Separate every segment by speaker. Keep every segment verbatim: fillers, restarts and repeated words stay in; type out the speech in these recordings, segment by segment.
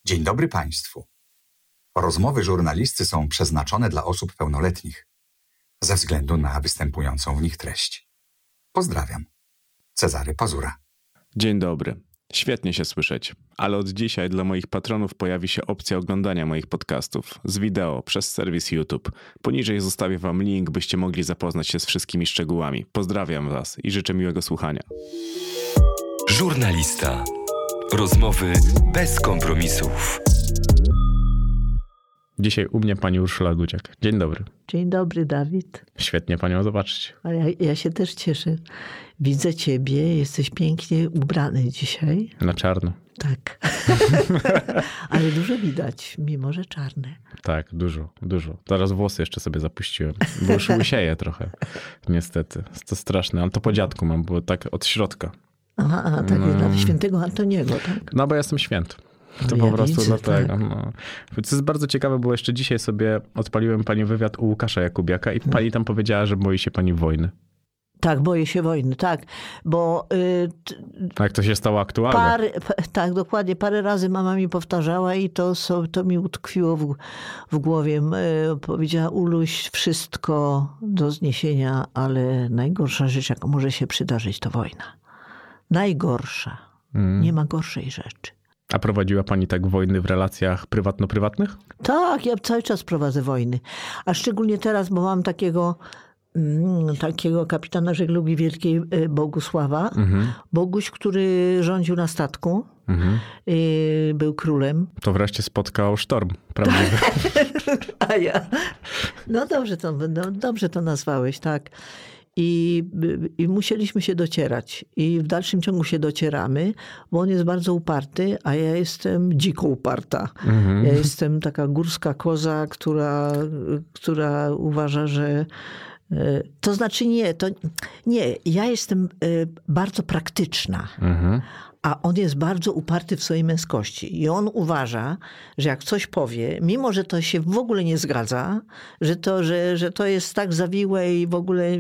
Speaker 1: Dzień dobry Państwu. Rozmowy żurnalisty są przeznaczone dla osób pełnoletnich ze względu na występującą w nich treść. Pozdrawiam. Cezary Pazura.
Speaker 2: Dzień dobry. Świetnie się słyszeć, ale od dzisiaj dla moich patronów pojawi się opcja oglądania moich podcastów z wideo przez serwis YouTube. Poniżej zostawię wam link, byście mogli zapoznać się z wszystkimi szczegółami. Pozdrawiam was i życzę miłego słuchania.
Speaker 3: Żurnalista. Rozmowy bez kompromisów.
Speaker 2: Dzisiaj u mnie pani Urszula Gudziak. Dzień dobry.
Speaker 4: Dzień dobry, Dawid.
Speaker 2: Świetnie panią zobaczyć.
Speaker 4: A ja, ja się też cieszę. Widzę ciebie, jesteś pięknie ubrany dzisiaj.
Speaker 2: Na czarno.
Speaker 4: Tak. Ale dużo widać, mimo że czarne.
Speaker 2: Tak, dużo, dużo. Teraz włosy jeszcze sobie zapuściłem, bo już łysieję trochę. Niestety. To straszne, ale to po dziadku mam, było tak od środka.
Speaker 4: Aha, aha tak,
Speaker 2: No.
Speaker 4: dla świętego Antoniego, tak?
Speaker 2: No bo ja jestem święty. To
Speaker 4: No
Speaker 2: po
Speaker 4: ja
Speaker 2: prostu
Speaker 4: widzę,
Speaker 2: dlatego.
Speaker 4: tak.
Speaker 2: No. To jest bardzo ciekawe, bo jeszcze dzisiaj sobie odpaliłem pani wywiad u Łukasza Jakubiaka i pani tam powiedziała, że boi się pani wojny.
Speaker 4: Tak, boję się wojny, tak. Bo y, t,
Speaker 2: Tak to się stało aktualne.
Speaker 4: parę, pa, tak, dokładnie, parę razy mama mi powtarzała i to, so, to mi utkwiło w, w głowie. Y, powiedziała: Uluś, wszystko do zniesienia, ale najgorsza rzecz, jaka może się przydarzyć, to wojna. Najgorsza.
Speaker 2: Mm.
Speaker 4: Nie ma gorszej rzeczy.
Speaker 2: A prowadziła pani tak wojny w relacjach prywatno-prywatnych?
Speaker 4: Tak, ja cały czas prowadzę wojny. A szczególnie teraz, bo mam takiego, mm, takiego kapitana żeglugi wielkiej, y, Bogusława.
Speaker 2: Mhm.
Speaker 4: Boguś, który rządził na statku,
Speaker 2: Mhm.
Speaker 4: y, był królem.
Speaker 2: To wreszcie spotkał sztorm prawdziwy.
Speaker 4: A ja. No dobrze to, no dobrze to nazwałeś, tak. I, I musieliśmy się docierać. I w dalszym ciągu się docieramy, bo on jest bardzo uparty, a ja jestem dziko uparta.
Speaker 2: Mhm.
Speaker 4: Ja jestem taka górska koza, która, która uważa, że... To znaczy nie, to nie. Ja jestem bardzo praktyczna.
Speaker 2: Mhm.
Speaker 4: A on jest bardzo uparty w swojej męskości. I on uważa, że jak coś powie, mimo że to się w ogóle nie zgadza, że to, że, że to jest tak zawiłe i w ogóle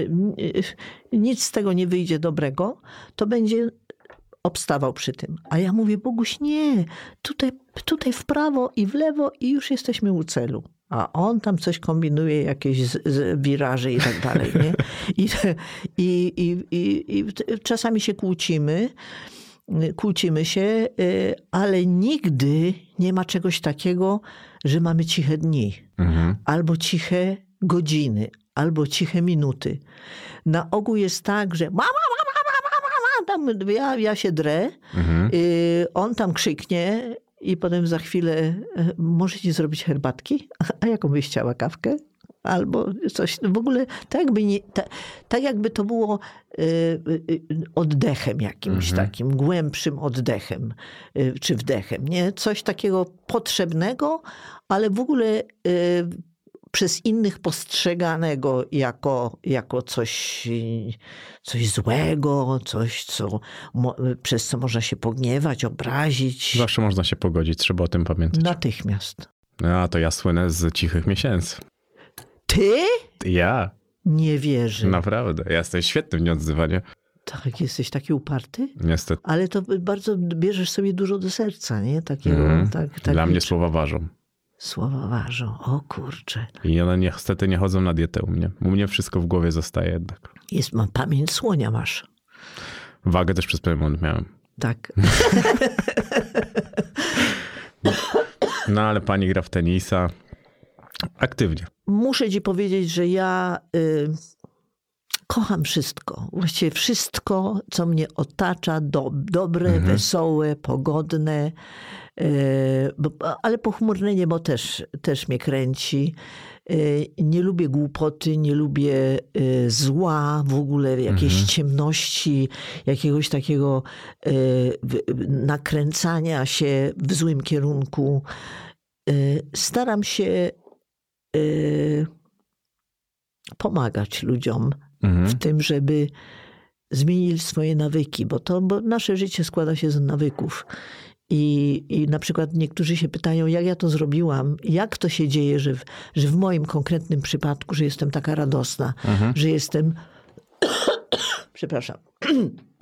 Speaker 4: nic z tego nie wyjdzie dobrego, to będzie obstawał przy tym. A ja mówię: Boguś, nie, tutaj, tutaj w prawo i w lewo i już jesteśmy u celu. A on tam coś kombinuje, jakieś z, z wiraże i tak dalej. Nie? I, i, i, i, i czasami się kłócimy, kłócimy się, ale nigdy nie ma czegoś takiego, że mamy ciche dni.
Speaker 2: Mhm. Albo
Speaker 4: ciche godziny, albo ciche minuty. Na ogół jest tak, że mama, mama, mama, mama, tam ja, ja się drę,
Speaker 2: Mhm.
Speaker 4: on tam krzyknie i potem za chwilę: może ci zrobić herbatki? A jaką byś chciała, kawkę? Albo coś. W ogóle tak jakby, nie, tak, tak jakby to było y, y, oddechem jakimś
Speaker 2: Mhm.
Speaker 4: takim, głębszym oddechem y, czy wdechem. Nie? Coś takiego potrzebnego, ale w ogóle y, przez innych postrzeganego jako, jako coś, coś złego, coś, co, mo, przez co można się pogniewać, obrazić.
Speaker 2: Zawsze można się pogodzić, trzeba o tym pamiętać.
Speaker 4: Natychmiast.
Speaker 2: A to ja słynę z cichych miesięcy.
Speaker 4: Ty?
Speaker 2: Ja?
Speaker 4: Nie wierzę.
Speaker 2: Naprawdę. Ja jestem świetny w nieodzywaniu.
Speaker 4: Tak, jesteś taki uparty?
Speaker 2: Niestety.
Speaker 4: Ale to bardzo bierzesz sobie dużo do serca, nie? Takiego,
Speaker 2: Mhm.
Speaker 4: tak, tak,
Speaker 2: Dla mnie słowa ważą.
Speaker 4: Słowa ważą. O kurczę.
Speaker 2: I one niestety nie chodzą na dietę u mnie. U mnie wszystko w głowie zostaje jednak.
Speaker 4: Jest, mam pamięć słonia masz.
Speaker 2: Wagę też przez pewien moment miałem.
Speaker 4: Tak.
Speaker 2: No ale pani gra w tenisa aktywnie.
Speaker 4: Muszę ci powiedzieć, że ja y, kocham wszystko. Właściwie wszystko, co mnie otacza, do, dobre,
Speaker 2: Mhm.
Speaker 4: wesołe, pogodne. Y, bo, ale pochmurne niebo też, też mnie kręci. Y, nie lubię głupoty, nie lubię y, zła, w ogóle jakiejś
Speaker 2: Mhm.
Speaker 4: ciemności, jakiegoś takiego y, w- nakręcania się w złym kierunku. Y, staram się y, pomagać ludziom
Speaker 2: Mhm.
Speaker 4: w tym, żeby zmienili swoje nawyki, bo to bo nasze życie składa się z nawyków. I, I na przykład niektórzy się pytają, jak ja to zrobiłam, jak to się dzieje, że w, że w moim konkretnym przypadku, że jestem taka radosna,
Speaker 2: Mhm.
Speaker 4: że jestem, przepraszam,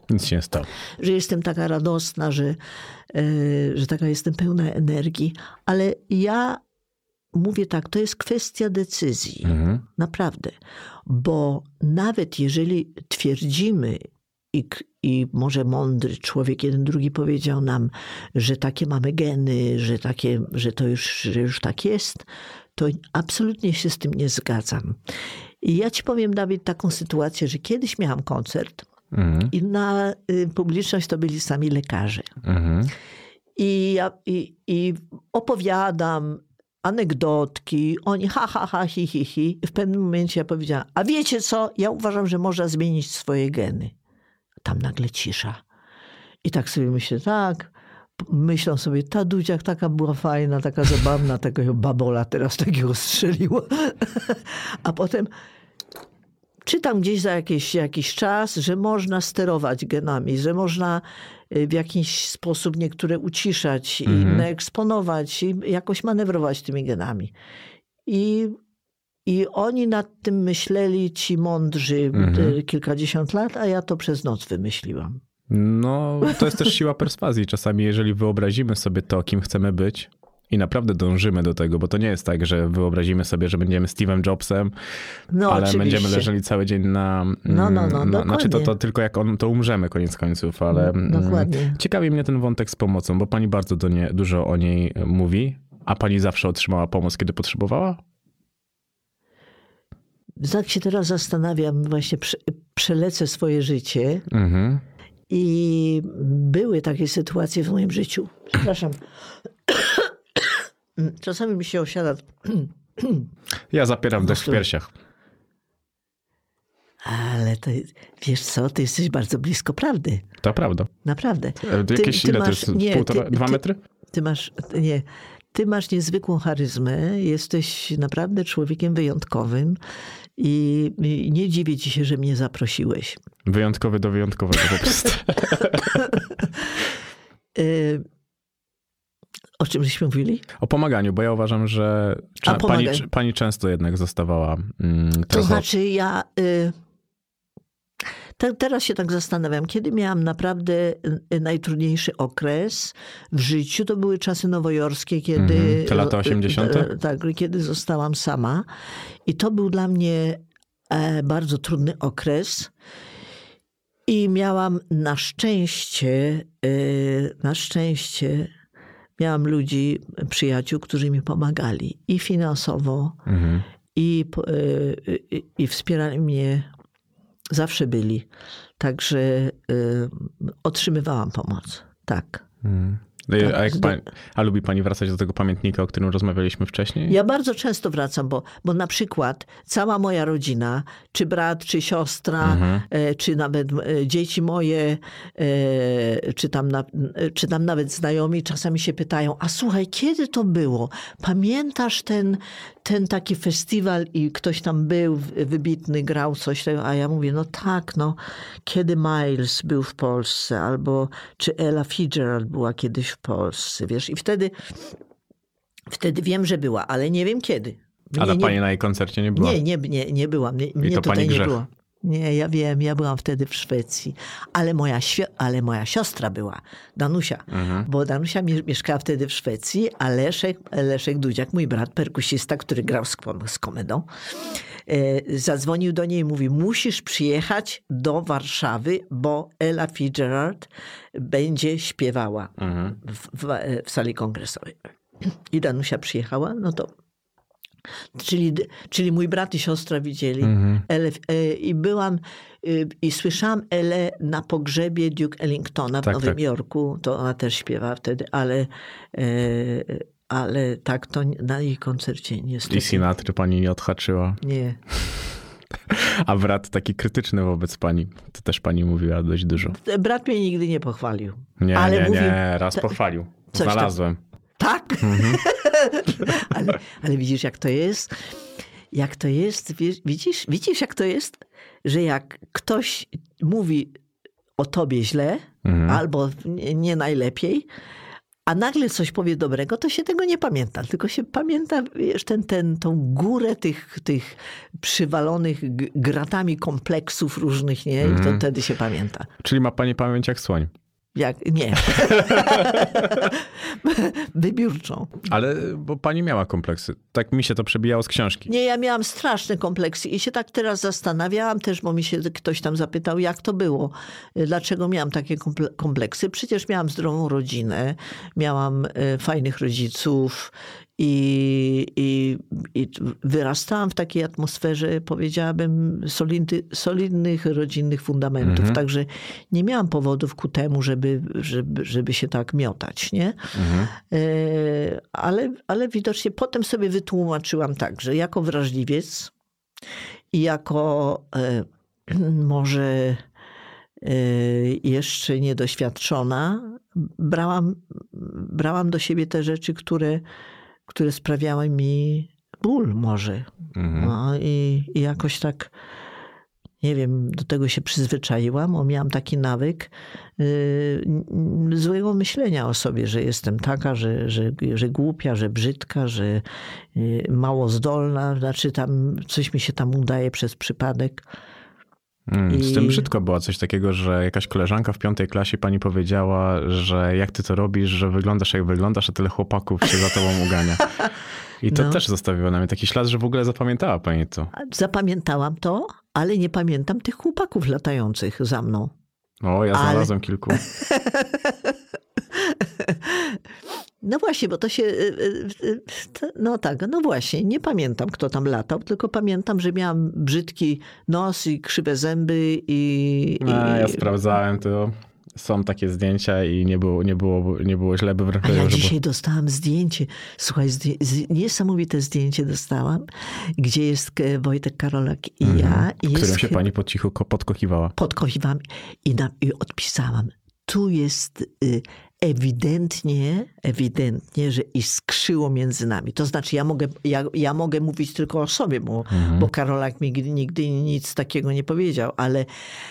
Speaker 2: Nic się nie stało.
Speaker 4: Że jestem taka radosna, że, że taka jestem pełna energii. Ale ja mówię tak, to jest kwestia decyzji. Mhm. Naprawdę. Bo nawet jeżeli twierdzimy i, i może mądry człowiek, jeden drugi powiedział nam, że takie mamy geny, że, takie, że to już, że już tak jest, to absolutnie się z tym nie zgadzam. I ja ci powiem, Dawid, taką sytuację, że kiedyś miałam koncert mhm. i na y, publiczność to byli sami lekarze. Mhm. I, ja, i, i opowiadam anegdotki, oni ha, ha, ha, hi, hi, hi. I w pewnym momencie ja powiedziałam, a wiecie co? Ja uważam, że można zmienić swoje geny. Tam nagle cisza. I tak sobie myślę, tak, myślą sobie, ta Dudziak taka była fajna, taka zabawna, takiego babola teraz takiego strzeliła. A potem czytam gdzieś za jakiś, jakiś czas, że można sterować genami, że można w jakiś sposób niektóre uciszać, mm-hmm. inne eksponować i jakoś manewrować tymi genami. I, i oni nad tym myśleli, ci mądrzy, mm-hmm. kilkadziesiąt lat, a ja to przez noc wymyśliłam.
Speaker 2: No, to jest też siła perswazji. Czasami jeżeli wyobrazimy sobie to, kim chcemy być i naprawdę dążymy do tego, bo to nie jest tak, że wyobrazimy sobie, że będziemy Steve'em Jobsem, no, ale oczywiście. Będziemy leżeli cały dzień na...
Speaker 4: No, no, no,
Speaker 2: na znaczy to, to tylko jak on, to umrzemy koniec końców, ale
Speaker 4: dokładnie.
Speaker 2: Ciekawi mnie ten wątek z pomocą, bo pani bardzo do nie, dużo o niej mówi, a pani zawsze otrzymała pomoc, kiedy potrzebowała?
Speaker 4: Tak się teraz zastanawiam, właśnie prze, przelecę swoje życie. Mhm. I były takie sytuacje w moim życiu. Przepraszam. Czasami mi się osiada.
Speaker 2: Ja zapieram dech w piersiach.
Speaker 4: Ale to, wiesz co, ty jesteś bardzo blisko prawdy.
Speaker 2: To prawda.
Speaker 4: Naprawdę.
Speaker 2: Ty, Jakieś ty ile masz, to jest? Nie, Półtora, ty, dwa metry?
Speaker 4: Ty, ty masz, nie. Ty masz niezwykłą charyzmę. Jesteś naprawdę człowiekiem wyjątkowym. I, I nie dziwię ci się, że mnie zaprosiłeś.
Speaker 2: Wyjątkowy do wyjątkowego po prostu.
Speaker 4: y, o czym żeśmy mówili?
Speaker 2: O pomaganiu, bo ja uważam, że cze- pani, pani często jednak zostawała... Mm,
Speaker 4: to znaczy ja... Y, te, teraz się tak zastanawiam. Kiedy miałam naprawdę najtrudniejszy okres w życiu, to były czasy nowojorskie, kiedy... Mm-hmm.
Speaker 2: Te lata osiemdziesiąte?
Speaker 4: Tak, kiedy zostałam sama. I to był dla mnie e, bardzo trudny okres. I miałam na szczęście, e, na szczęście miałam ludzi, przyjaciół, którzy mi pomagali. I finansowo, mm-hmm. i, e, i, i wspierali mnie. Zawsze byli. Także y, otrzymywałam pomoc. Tak. Hmm.
Speaker 2: A, jak pani, a lubi pani wracać do tego pamiętnika, o którym rozmawialiśmy wcześniej?
Speaker 4: Ja bardzo często wracam, bo, bo na przykład cała moja rodzina, czy brat, czy siostra, mhm. e, czy nawet e, dzieci moje, e, czy, tam na, e, czy tam nawet znajomi czasami się pytają, a słuchaj, kiedy to było? Pamiętasz ten, ten taki festiwal i ktoś tam był wybitny, grał coś, a ja mówię, no tak, no, kiedy Miles był w Polsce, albo czy Ella Fitzgerald była kiedyś w Polsce, wiesz, i wtedy wtedy wiem, że była, ale nie wiem kiedy.
Speaker 2: A na pani na jej koncercie nie była?
Speaker 4: Nie, nie, nie, nie byłam. Nie, mnie tutaj nie było. Nie, ja wiem, ja byłam wtedy w Szwecji, ale moja, ale moja siostra była, Danusia, mhm. bo Danusia mieszkała wtedy w Szwecji, a Leszek, Leszek Dudziak, mój brat, perkusista, który grał z, z Komedą, e, zadzwonił do niej i mówi, musisz przyjechać do Warszawy, bo Ella Fitzgerald będzie śpiewała mhm. w, w, w sali kongresowej. I Danusia przyjechała, no to Czyli, czyli mój brat i siostra widzieli mm-hmm. Elę, e, i byłam y, i słyszałam Elę na pogrzebie Duke Ellingtona w tak, Nowym tak. Jorku. To ona też śpiewa wtedy, ale, e, ale tak to na jej koncercie niestety.
Speaker 2: I Sinatry pani nie odhaczyła.
Speaker 4: Nie.
Speaker 2: A brat taki krytyczny wobec pani, to też pani mówiła dość dużo.
Speaker 4: Brat mnie nigdy nie pochwalił.
Speaker 2: Nie,
Speaker 4: ale
Speaker 2: nie,
Speaker 4: mówił,
Speaker 2: nie, raz pochwalił. Znalazłem.
Speaker 4: Tak? Mhm. ale, ale widzisz, jak to jest? Jak to jest? Widzisz, widzisz, jak to jest? Że jak ktoś mówi o tobie źle, mhm. albo nie, nie najlepiej, a nagle coś powie dobrego, to się tego nie pamięta. Tylko się pamięta, wiesz, ten, ten, tą górę tych, tych przywalonych gratami kompleksów różnych, nie? I to mm. wtedy się pamięta.
Speaker 2: Czyli ma pani pamięć jak słoń.
Speaker 4: Jak? Nie. Wybiórczą.
Speaker 2: Ale bo pani miała kompleksy. Tak mi się to przebijało z książki.
Speaker 4: Nie, ja miałam straszne kompleksy i się tak teraz zastanawiałam też, bo mi się ktoś tam zapytał, jak to było. Dlaczego miałam takie kompleksy? Przecież miałam zdrową rodzinę, miałam fajnych rodziców i, i, i wyrastałam w takiej atmosferze, powiedziałabym, solidny, solidnych, rodzinnych fundamentów. Mhm. Także nie miałam powodów ku temu, żeby, żeby, żeby się tak miotać, nie? Mhm. E, ale, ale widocznie potem sobie wytłumaczyłam tak, że jako wrażliwiec i jako e, może e, jeszcze niedoświadczona brałam, brałam do siebie te rzeczy, które które sprawiały mi ból może. Mhm. No, i, i jakoś tak, nie wiem, do tego się przyzwyczaiłam, bo miałam taki nawyk yy, złego myślenia o sobie, że jestem taka, że, że, że głupia, że brzydka, że yy, mało zdolna, znaczy tam coś mi się tam udaje przez przypadek.
Speaker 2: Mm, z tym brzydko było coś takiego, że jakaś koleżanka w piątej klasie pani powiedziała, że jak ty to robisz, że wyglądasz jak wyglądasz, a tyle chłopaków się za tobą ugania. I to no. też zostawiło na mnie taki ślad, że w ogóle zapamiętała pani to.
Speaker 4: Zapamiętałam to, ale nie pamiętam tych chłopaków latających za mną.
Speaker 2: O, ja znalazłem ale... kilku.
Speaker 4: No właśnie, bo to się, no tak, no właśnie, nie pamiętam, kto tam latał, tylko pamiętam, że miałam brzydki nos i krzywe zęby i...
Speaker 2: A, ja sprawdzałem to. Są takie zdjęcia i nie było, nie było, nie było źle. By
Speaker 4: A ja dzisiaj było... dostałam zdjęcie, słuchaj, zdję... niesamowite zdjęcie dostałam, gdzie jest Wojtek Karolak i mm-hmm. ja. I
Speaker 2: którym
Speaker 4: jest...
Speaker 2: się pani po cichu podkochiwała.
Speaker 4: Podkochiwałam i, na... i odpisałam. Tu jest y, ewidentnie, ewidentnie, że iskrzyło między nami. To znaczy ja mogę, ja, ja mogę mówić tylko o sobie, bo, mhm. bo Karolak mi nigdy nic takiego nie powiedział, ale,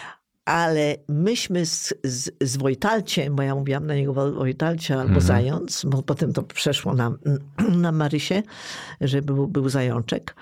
Speaker 4: ale myśmy z, z, z Wojtalciem, bo ja mówiłam na niego Wojtalcie albo mhm. Zając, bo potem to przeszło na, na Marysię, że był, był Zajączek.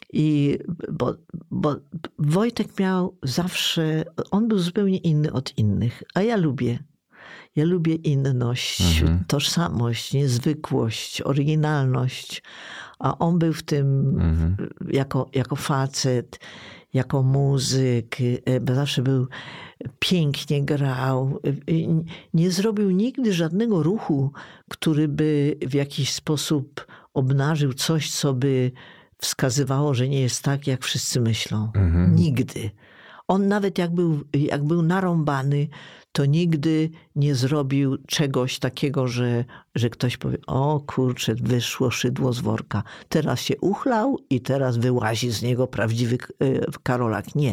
Speaker 4: I bo, bo Wojtek miał zawsze, on był zupełnie inny od innych, a ja lubię. Ja lubię inność, mhm. tożsamość, niezwykłość, oryginalność. A on był w tym mhm. jako, jako facet, jako muzyk. Zawsze był, pięknie grał. Nie zrobił nigdy żadnego ruchu, który by w jakiś sposób obnażył coś, co by wskazywało, że nie jest tak, jak wszyscy myślą. Mhm. Nigdy. On nawet jak był, jak był narąbany, to nigdy nie zrobił czegoś takiego, że, że ktoś powie, o kurczę, wyszło szydło z worka. Teraz się uchlał i teraz wyłazi z niego prawdziwy Karolak. Nie.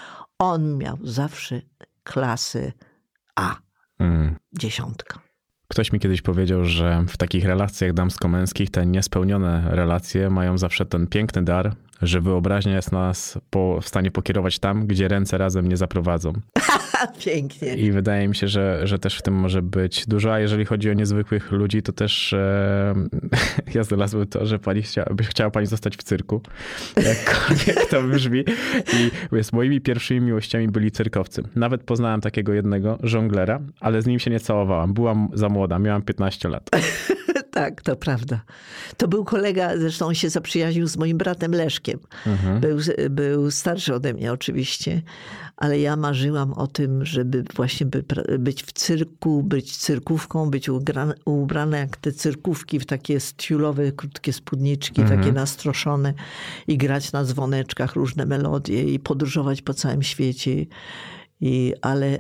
Speaker 4: On miał zawsze klasę A. Mm. Dziesiątka.
Speaker 2: Ktoś mi kiedyś powiedział, że w takich relacjach damsko-męskich te niespełnione relacje mają zawsze ten piękny dar, że wyobraźnia jest nas po, w stanie pokierować tam, gdzie ręce razem nie zaprowadzą.
Speaker 4: Pięknie.
Speaker 2: I wydaje mi się, że, że też w tym może być dużo, a jeżeli chodzi o niezwykłych ludzi, to też e, ja znalazłem to, że pani chcia, by chciała pani zostać w cyrku. Jakkolwiek to brzmi. I z moimi pierwszymi miłościami byli cyrkowcy. Nawet poznałem takiego jednego żonglera, ale z nim się nie całowałam. Byłam za młoda, miałam piętnaście lat.
Speaker 4: Tak, to prawda. To był kolega, zresztą on się zaprzyjaźnił z moim bratem Leszkiem. Mhm. Był, był starszy ode mnie oczywiście, ale ja marzyłam o tym, żeby właśnie by, być w cyrku, być cyrkówką, być ubrana, ubrana jak te cyrkówki w takie stiulowe, krótkie spódniczki, mhm. takie nastroszone i grać na dzwoneczkach różne melodie i podróżować po całym świecie. I, ale,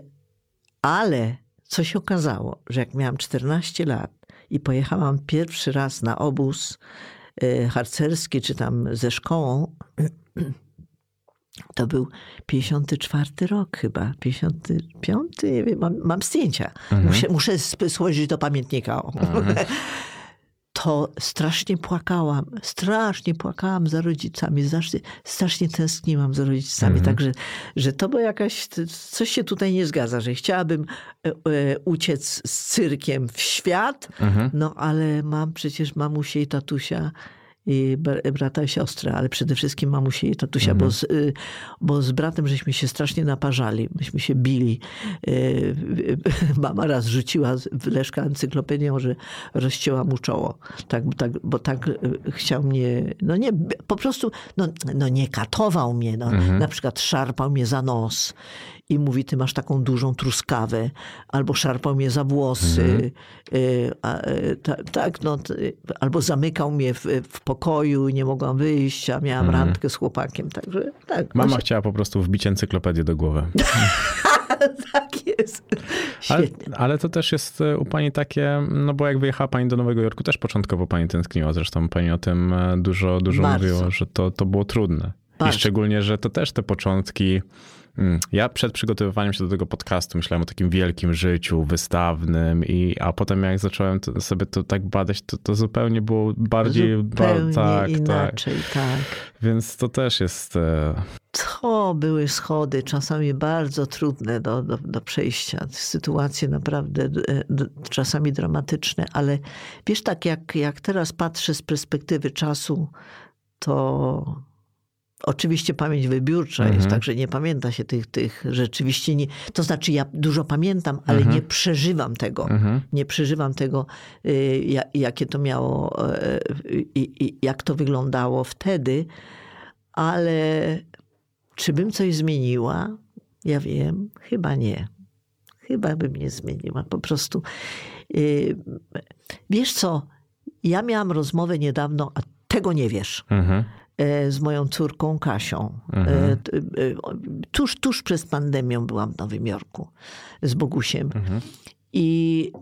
Speaker 4: ale co się okazało, że jak miałam czternaście lat, i pojechałam pierwszy raz na obóz harcerski, czy tam ze szkołą. To był pięćdziesiąty czwarty rok chyba, pięćdziesiąty piąty, nie wiem, mam, mam zdjęcia. Mhm. Muszę, muszę spojrzeć do pamiętnika. Mhm. to strasznie płakałam, strasznie płakałam za rodzicami, strasznie, strasznie tęskniłam za rodzicami. Mhm. Także, że to była jakaś, coś się tutaj nie zgadza, że chciałabym e, e, uciec z cyrkiem w świat, mhm. no ale mam przecież mamusię i tatusia, i brata i siostrę, ale przede wszystkim mamusię i tatusia, mhm. bo, z, bo z bratem żeśmy się strasznie naparzali, myśmy się bili. Mama raz rzuciła w Leszka encyklopedią, że rozcięła mu czoło, tak, tak, bo tak chciał mnie, no nie, po prostu, no, no nie katował mnie, no, mhm. na przykład szarpał mnie za nos i mówi, ty masz taką dużą truskawę, albo szarpał mnie za włosy, mhm. a, ta, tak, no, albo zamykał mnie w, w pokoju i nie mogłam wyjść, a miałam mhm. randkę z chłopakiem, także tak.
Speaker 2: Mama
Speaker 4: właśnie...
Speaker 2: chciała po prostu wbić encyklopedię do głowy.
Speaker 4: Tak jest. Świetnie.
Speaker 2: Ale, ale to też jest u pani takie, no bo jak wyjechała pani do Nowego Jorku, też początkowo pani tęskniła, zresztą pani o tym dużo, dużo mówiła, że to, to było trudne. Bardzo. I szczególnie, że to też te początki. Ja przed przygotowywaniem się do tego podcastu myślałem o takim wielkim życiu wystawnym, i, a potem jak zacząłem to, sobie to tak badać, to, to zupełnie było bardziej...
Speaker 4: Zupełnie
Speaker 2: ba, tak,
Speaker 4: inaczej, tak. tak.
Speaker 2: Więc to też jest...
Speaker 4: To były schody czasami bardzo trudne do, do, do przejścia. Sytuacje naprawdę do, czasami dramatyczne, ale wiesz, tak jak, jak teraz patrzę z perspektywy czasu, to... Oczywiście pamięć wybiórcza mhm. jest, także nie pamięta się tych, tych rzeczywiście. Nie, to znaczy ja dużo pamiętam, ale mhm. nie przeżywam tego. Mhm. Nie przeżywam tego, y, jakie to miało i y, y, jak to wyglądało wtedy. Ale czy bym coś zmieniła? Ja wiem, chyba nie. Chyba bym nie zmieniła. Po prostu y, wiesz co, ja miałam rozmowę niedawno, a tego nie wiesz. Mhm. z moją córką Kasią. Mhm. Tuż, tuż przed pandemią byłam w Nowym Jorku z Bogusiem. Mhm. I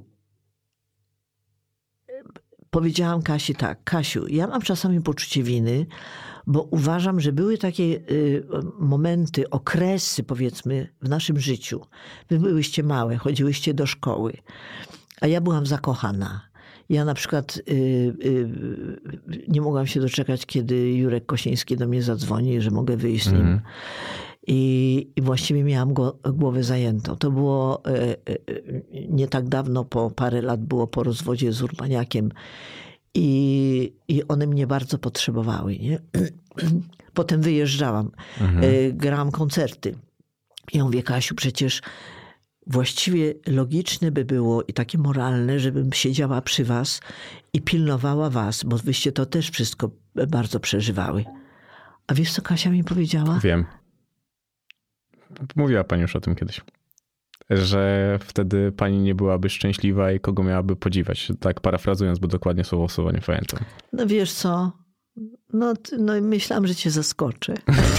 Speaker 4: powiedziałam Kasi tak, Kasiu, ja mam czasami poczucie winy, bo uważam, że były takie momenty, okresy powiedzmy w naszym życiu. Wy byłyście małe, chodziłyście do szkoły, a ja byłam zakochana. Ja na przykład y, y, nie mogłam się doczekać, kiedy Jurek Kosiński do mnie zadzwoni, że mogę wyjść z nim. Mm. I, I właściwie miałam go, głowę zajętą. To było y, y, nie tak dawno, po parę lat było po rozwodzie z Urbaniakiem. I, i one mnie bardzo potrzebowały. Nie? Potem wyjeżdżałam, mm. y, grałam koncerty. Ja mówię, Kasiu, przecież właściwie logiczne by było i takie moralne, żebym siedziała przy was i pilnowała was, bo wyście to też wszystko bardzo przeżywały. A wiesz, co Kasia mi powiedziała?
Speaker 2: Wiem. Mówiła pani już o tym kiedyś. Że wtedy pani nie byłaby szczęśliwa i kogo miałaby podziwiać. Tak parafrazując, bo dokładnie słowo w słowo nie pamiętam.
Speaker 4: No wiesz co? No, no myślałam, że cię zaskoczę.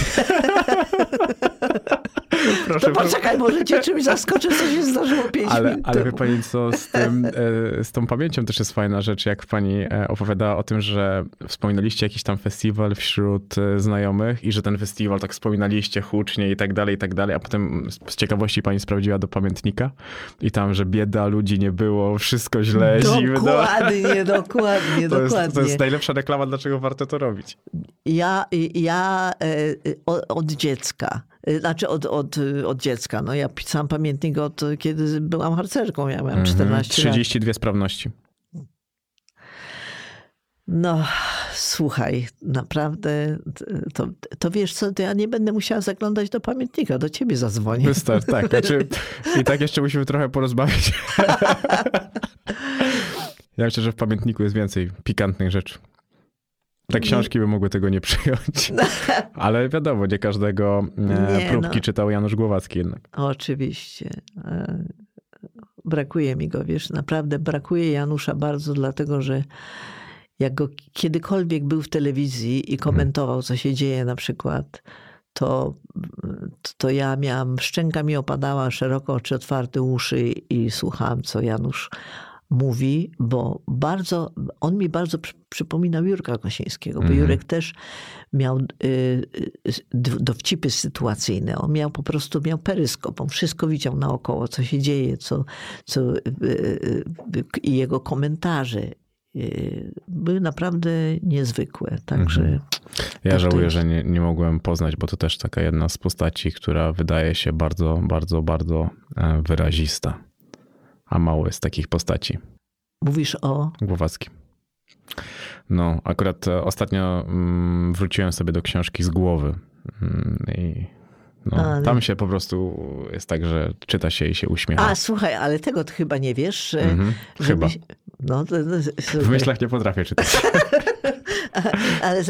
Speaker 4: Proszę, to poczekaj, może cię czymś zaskoczę, co się zdarzyło pięć
Speaker 2: ale,
Speaker 4: minut
Speaker 2: ale
Speaker 4: temu.
Speaker 2: wie pani co, z, tym, z tą pamięcią też jest fajna rzecz, jak pani opowiadała o tym, że wspominaliście jakiś tam festiwal wśród znajomych i że ten festiwal tak wspominaliście hucznie i tak dalej, i tak dalej, a potem z ciekawości pani sprawdziła do pamiętnika i tam, że bieda, ludzi nie było, wszystko źle, zimno.
Speaker 4: Dokładnie, dokładnie,
Speaker 2: to
Speaker 4: dokładnie.
Speaker 2: Jest, to jest najlepsza reklama, dlaczego warto to robić.
Speaker 4: Ja, ja od dziecka, znaczy od, od, od dziecka, no ja pisałam pamiętnik od kiedy byłam harcerką, ja miałam czternaście lat.
Speaker 2: trzydzieści dwie sprawności.
Speaker 4: No, słuchaj, naprawdę, to, to wiesz co, to ja nie będę musiała zaglądać do pamiętnika, do ciebie zadzwonię.
Speaker 2: Wystarczy, tak. Znaczy, i tak jeszcze musimy trochę porozmawiać. Ja myślę, że w pamiętniku jest więcej pikantnych rzeczy. Te książki by mogły tego nie przyjąć. Ale wiadomo, nie każdego nie, próbki no. czytał Janusz Głowacki jednak.
Speaker 4: Oczywiście. Brakuje mi go, wiesz, naprawdę brakuje Janusza bardzo, dlatego że jak go kiedykolwiek był w telewizji i komentował, co się dzieje na przykład, to, to ja miałam, szczęka mi opadała, szeroko oczy otwarte, uszy i słuchałam, co Janusz mówi, bo bardzo, on mi bardzo przy, przypominał Jurka Kosińskiego, bo mm. Jurek też miał y, y, dowcipy sytuacyjne. On miał po prostu, miał peryskop, on wszystko widział naokoło, co się dzieje, co, co y, y, y, i jego komentarze. były naprawdę niezwykłe. Także
Speaker 2: mhm. Ja
Speaker 4: tak
Speaker 2: żałuję,
Speaker 4: jest.
Speaker 2: że nie, nie mogłem poznać, bo to też taka jedna z postaci, która wydaje się bardzo, bardzo, bardzo wyrazista. A mało jest takich postaci.
Speaker 4: Mówisz o...
Speaker 2: Głowacki. No, akurat ostatnio wróciłem sobie do książki z głowy. I no, ale... tam się po prostu jest tak, że czyta się i się uśmiecha.
Speaker 4: A, słuchaj, ale tego ty chyba nie wiesz, że...
Speaker 2: Mhm,
Speaker 4: że
Speaker 2: chyba.
Speaker 4: My... No, to, to,
Speaker 2: w myślach nie potrafię czytać.
Speaker 4: ale...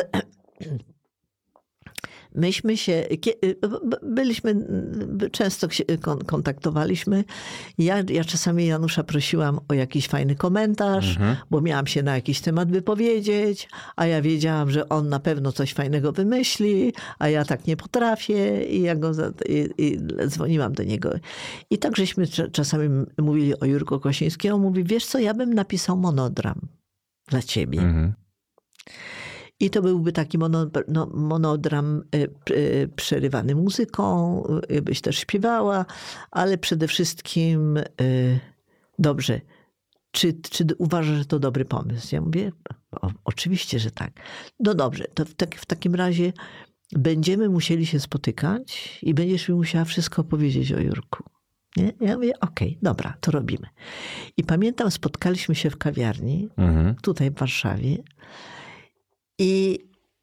Speaker 4: Myśmy się, byliśmy, często się kontaktowaliśmy. Ja, ja czasami Janusza prosiłam o jakiś fajny komentarz, mhm. bo miałam się na jakiś temat wypowiedzieć, a ja wiedziałam, że on na pewno coś fajnego wymyśli, a ja tak nie potrafię i ja go i, i dzwoniłam do niego. I tak żeśmy czasami mówili o Jurku Kosińskim. On mówi, wiesz co, ja bym napisał monodram dla ciebie. Mhm. I to byłby taki mono, no, monodram y, y, przerywany muzyką, y, byś też śpiewała, ale przede wszystkim y, dobrze. Czy, czy uważasz, że to dobry pomysł? Ja mówię, o, oczywiście, że tak. No dobrze, to w, tak, w takim razie będziemy musieli się spotykać i będziesz mi musiała wszystko powiedzieć o Jurku. Nie? Ja mówię, okej, okay, dobra, to robimy. I pamiętam, spotkaliśmy się w kawiarni, mhm. tutaj w Warszawie. I,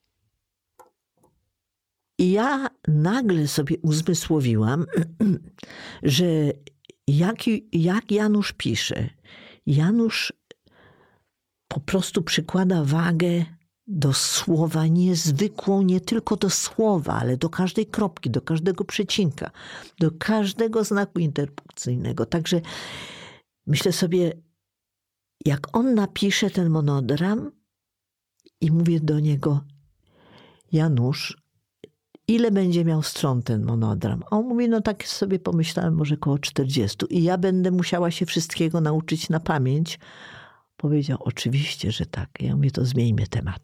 Speaker 4: I ja nagle sobie uzmysłowiłam, że jak, jak Janusz pisze, Janusz po prostu przykłada wagę do słowa niezwykłą, nie tylko do słowa, ale do każdej kropki, do każdego przecinka, do każdego znaku interpunkcyjnego. Także myślę sobie, jak on napisze ten monodram, i mówię do niego, Janusz, ile będzie miał stron ten monodram? A on mówi, no tak sobie pomyślałem, może koło czterdziestu. I ja będę musiała się wszystkiego nauczyć na pamięć. Powiedział, oczywiście, że tak. Ja mówię, to zmieńmy temat.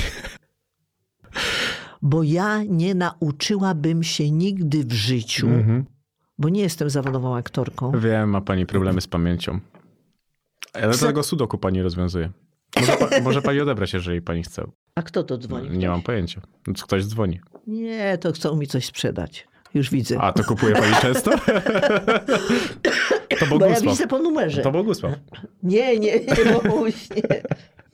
Speaker 4: Bo ja nie nauczyłabym się nigdy w życiu, mm-hmm. bo nie jestem zawodową aktorką.
Speaker 2: Wiem, ma pani problemy z pamięcią. Ale do tego sudoku pani rozwiązuje. Może, pa, może pani odebrać, jeżeli pani chce.
Speaker 4: A kto to dzwoni?
Speaker 2: Nie mam pojęcia. Ktoś dzwoni.
Speaker 4: Nie, to chcą mi coś sprzedać. Już widzę.
Speaker 2: A, to kupuje pani często? To Bogusław.
Speaker 4: Bo ja widzę po numerze.
Speaker 2: To Bogusław.
Speaker 4: Nie, nie, nie, Boguś, nie.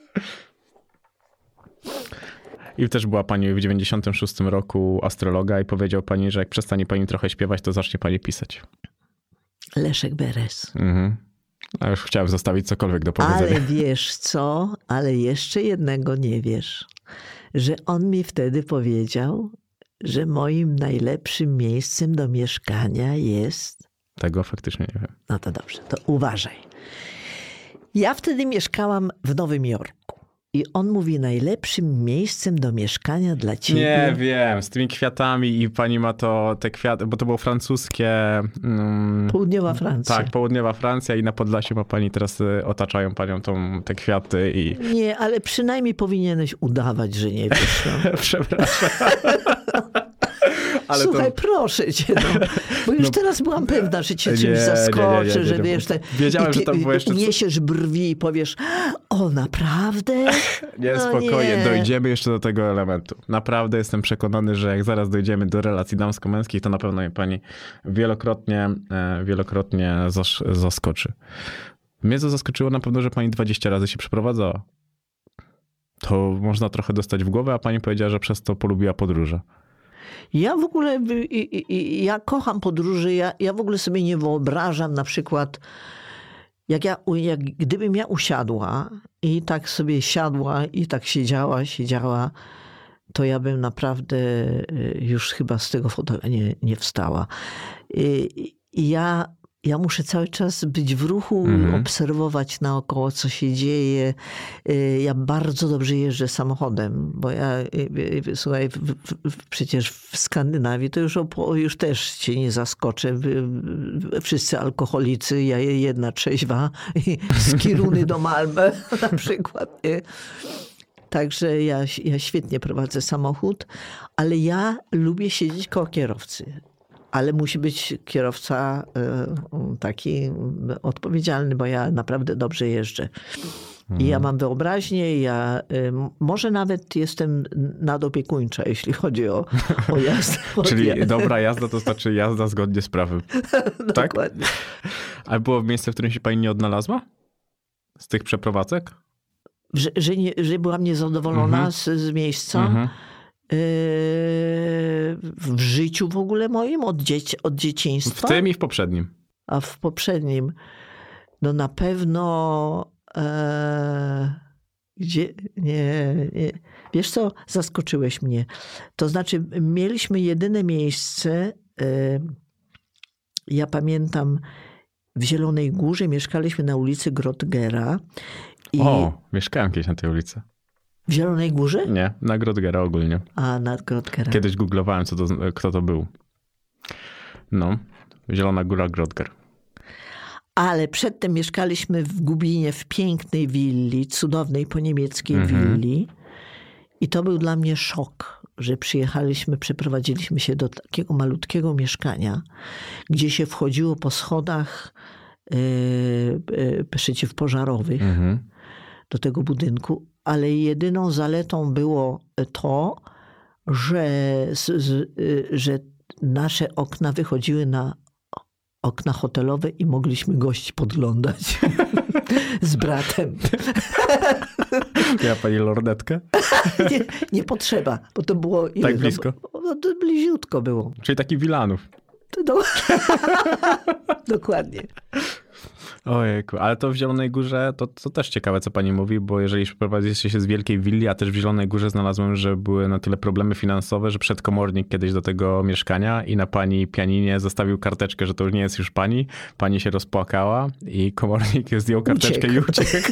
Speaker 2: I też była pani w dziewięćdziesiątym szóstym roku astrologa i powiedział pani, że jak przestanie pani trochę śpiewać, to zacznie pani pisać.
Speaker 4: Leszek Beres.
Speaker 2: Mhm. A już chciałem zostawić cokolwiek do powiedzenia.
Speaker 4: Ale wiesz co? Ale jeszcze jednego nie wiesz. Że on mi wtedy powiedział, że moim najlepszym miejscem do mieszkania jest...
Speaker 2: Tego faktycznie nie wiem.
Speaker 4: No to dobrze, to uważaj. Ja wtedy mieszkałam w Nowym Jorku. I on mówi, najlepszym miejscem do mieszkania dla ciebie...
Speaker 2: Nie wiem, z tymi kwiatami i pani ma to, te kwiaty, bo to było francuskie... Um,
Speaker 4: południowa Francja.
Speaker 2: Tak, południowa Francja i na Podlasiu ma pani teraz, otaczają panią tą, te kwiaty i...
Speaker 4: Nie, ale przynajmniej powinieneś udawać, że nie wiesz. No.
Speaker 2: Przepraszam.
Speaker 4: Ale Słuchaj, to... proszę cię, no. Bo już no, teraz byłam pewna, że cię czymś nie, zaskoczę, nie, nie, nie, że wiesz... Te,
Speaker 2: Wiedziałem, że tam było jeszcze...
Speaker 4: Uniesiesz brwi i powiesz, o naprawdę?
Speaker 2: Nie, no spokojnie, nie. Dojdziemy jeszcze do tego elementu. Naprawdę jestem przekonany, że jak zaraz dojdziemy do relacji damsko-męskich, to na pewno mnie pani wielokrotnie, wielokrotnie zas- zaskoczy. Mnie to zaskoczyło na pewno, że pani dwadzieścia razy się przeprowadzała. To można trochę dostać w głowę, a pani powiedziała, że przez to polubiła podróże.
Speaker 4: Ja w ogóle, ja kocham podróże, ja, ja w ogóle sobie nie wyobrażam na przykład, jak ja, jak gdybym ja usiadła i tak sobie siadła i tak siedziała, siedziała, to ja bym naprawdę już chyba z tego fotela nie, nie wstała. I, i ja... Ja muszę cały czas być w ruchu, mm-hmm. obserwować naokoło, co się dzieje. Ja bardzo dobrze jeżdżę samochodem, bo ja, słuchaj, w, w, przecież w Skandynawii to już, już też cię nie zaskoczę. Wszyscy alkoholicy, ja jedna trzeźwa, z Kiruny do Malmö na przykład. Nie? Także ja, ja świetnie prowadzę samochód, ale ja lubię siedzieć koło kierowcy. Ale musi być kierowca taki odpowiedzialny, bo ja naprawdę dobrze jeżdżę. I ja mam wyobraźnię, ja y, może nawet jestem nadopiekuńcza, jeśli chodzi o, o jazdę.
Speaker 2: Czyli dobra jazda to znaczy jazda zgodnie z prawem. Tak?
Speaker 4: Dokładnie.
Speaker 2: A było miejsce, w którym się pani nie odnalazła? Z tych przeprowadzek?
Speaker 4: Że, że, nie, że byłam niezadowolona
Speaker 2: Mhm.
Speaker 4: z, z miejsca.
Speaker 2: Mhm.
Speaker 4: Yy, w życiu w ogóle moim, od, dzieci, od dzieciństwa.
Speaker 2: W tym i w poprzednim.
Speaker 4: A w poprzednim, no na pewno e, gdzie, nie, nie, wiesz co, zaskoczyłeś mnie. To znaczy mieliśmy jedyne miejsce, e, ja pamiętam w Zielonej Górze, mieszkaliśmy na ulicy Grotgera. I
Speaker 2: O, mieszkałem kiedyś na tej ulicy.
Speaker 4: w Zielonej Górze?
Speaker 2: Nie, na Grotgera ogólnie.
Speaker 4: A, na Grotgera.
Speaker 2: Kiedyś googlowałem, co to, kto to był. No, Zielona Góra, Grotger.
Speaker 4: Ale przedtem mieszkaliśmy w Gubinie w pięknej willi, cudownej po niemieckiej
Speaker 2: Mhm.
Speaker 4: willi. I to był dla mnie szok, że przyjechaliśmy, przeprowadziliśmy się do takiego malutkiego mieszkania, gdzie się wchodziło po schodach yy, yy, przeciwpożarowych
Speaker 2: Mhm.
Speaker 4: do tego budynku, ale jedyną zaletą było to, że, z, z, yy, że nasze okna wychodziły na okna hotelowe i mogliśmy gości podglądać z bratem.
Speaker 2: Miała pani lornetkę?
Speaker 4: Nie, nie potrzeba, bo to było... ile?
Speaker 2: Tak blisko?
Speaker 4: No, no, to bliziutko było.
Speaker 2: Czyli taki Wilanów.
Speaker 4: To do... Dokładnie.
Speaker 2: Ojejku, ale to w Zielonej Górze, to, to też ciekawe, co pani mówi, bo jeżeli przeprowadziliście się z Wielkiej Willi, a też w Zielonej Górze znalazłem, że były na tyle problemy finansowe, że wszedł komornik kiedyś do tego mieszkania i na pani pianinie zostawił karteczkę, że to już nie jest już pani. Pani się rozpłakała i komornik zdjął karteczkę
Speaker 4: Uciekł.
Speaker 2: i uciekł.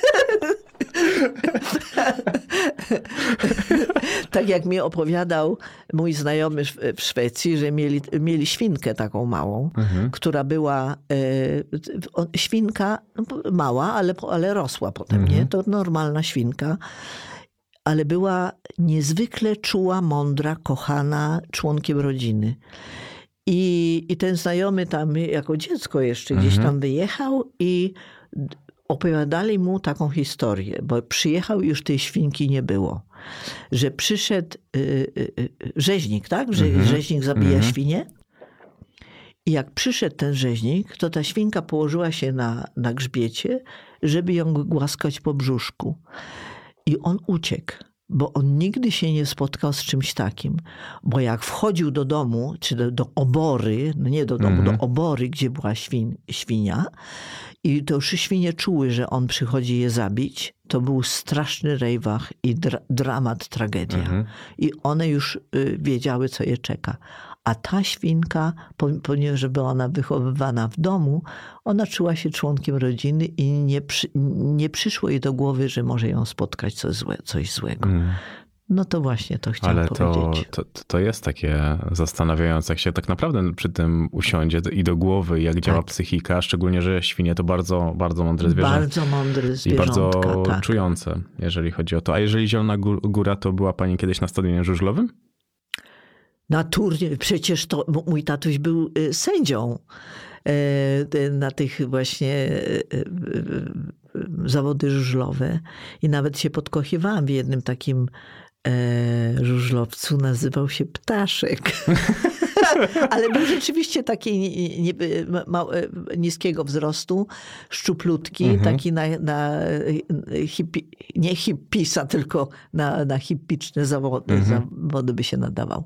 Speaker 4: Tak jak mi opowiadał mój znajomy w Szwecji, że mieli, mieli świnkę taką małą,
Speaker 2: Mhm.
Speaker 4: która była e, świnka no, mała, ale, ale rosła potem,
Speaker 2: Mhm.
Speaker 4: nie? To normalna świnka. Ale była niezwykle czuła, mądra, kochana członkiem rodziny. I, i ten znajomy tam jako dziecko jeszcze gdzieś
Speaker 2: Mhm.
Speaker 4: tam wyjechał i opowiadali mu taką historię, bo przyjechał i już tej świnki nie było. Że przyszedł y, y, y, rzeźnik, tak? Że
Speaker 2: Mhm.
Speaker 4: rzeźnik zabija
Speaker 2: Mhm.
Speaker 4: świnię. I jak przyszedł ten rzeźnik, to ta świnka położyła się na, na grzbiecie, żeby ją głaskać po brzuszku. I on uciekł, bo on nigdy się nie spotkał z czymś takim. Bo jak wchodził do domu, czy do, do obory, no nie do domu,
Speaker 2: Mhm.
Speaker 4: do obory, gdzie była świn, świnia, i to już świnie czuły, że on przychodzi je zabić, to był straszny rejwach i dra- dramat, tragedia.
Speaker 2: Mhm.
Speaker 4: I one już y, wiedziały, co je czeka. A ta świnka, ponieważ była ona wychowywana w domu, ona czuła się członkiem rodziny i nie, przy, nie przyszło jej do głowy, że może ją spotkać coś, złe, coś złego.
Speaker 2: Mm.
Speaker 4: No to właśnie to chciałam
Speaker 2: Ale to,
Speaker 4: powiedzieć.
Speaker 2: to, to jest takie zastanawiające, jak się tak naprawdę przy tym usiądzie i do głowy, jak działa psychika, szczególnie, że świnie to bardzo, bardzo mądre zwierzę.
Speaker 4: Bardzo mądre
Speaker 2: I
Speaker 4: zwierzątka,
Speaker 2: bardzo
Speaker 4: tak.
Speaker 2: czujące, jeżeli chodzi o to. A jeżeli Zielona Góra, to była pani kiedyś na stadionie żużlowym?
Speaker 4: Naturalnie, przecież to mój tatuś był sędzią na tych właśnie zawody żużlowe i nawet się podkochiwałam w jednym takim żużlowcu, nazywał się Ptaszek. Ale był rzeczywiście taki nie, nie, ma, niskiego wzrostu, szczuplutki, mhm. taki na, na hipi, nie hippisa, tylko na, na hippiczne zawody, mhm. zawody by się nadawał.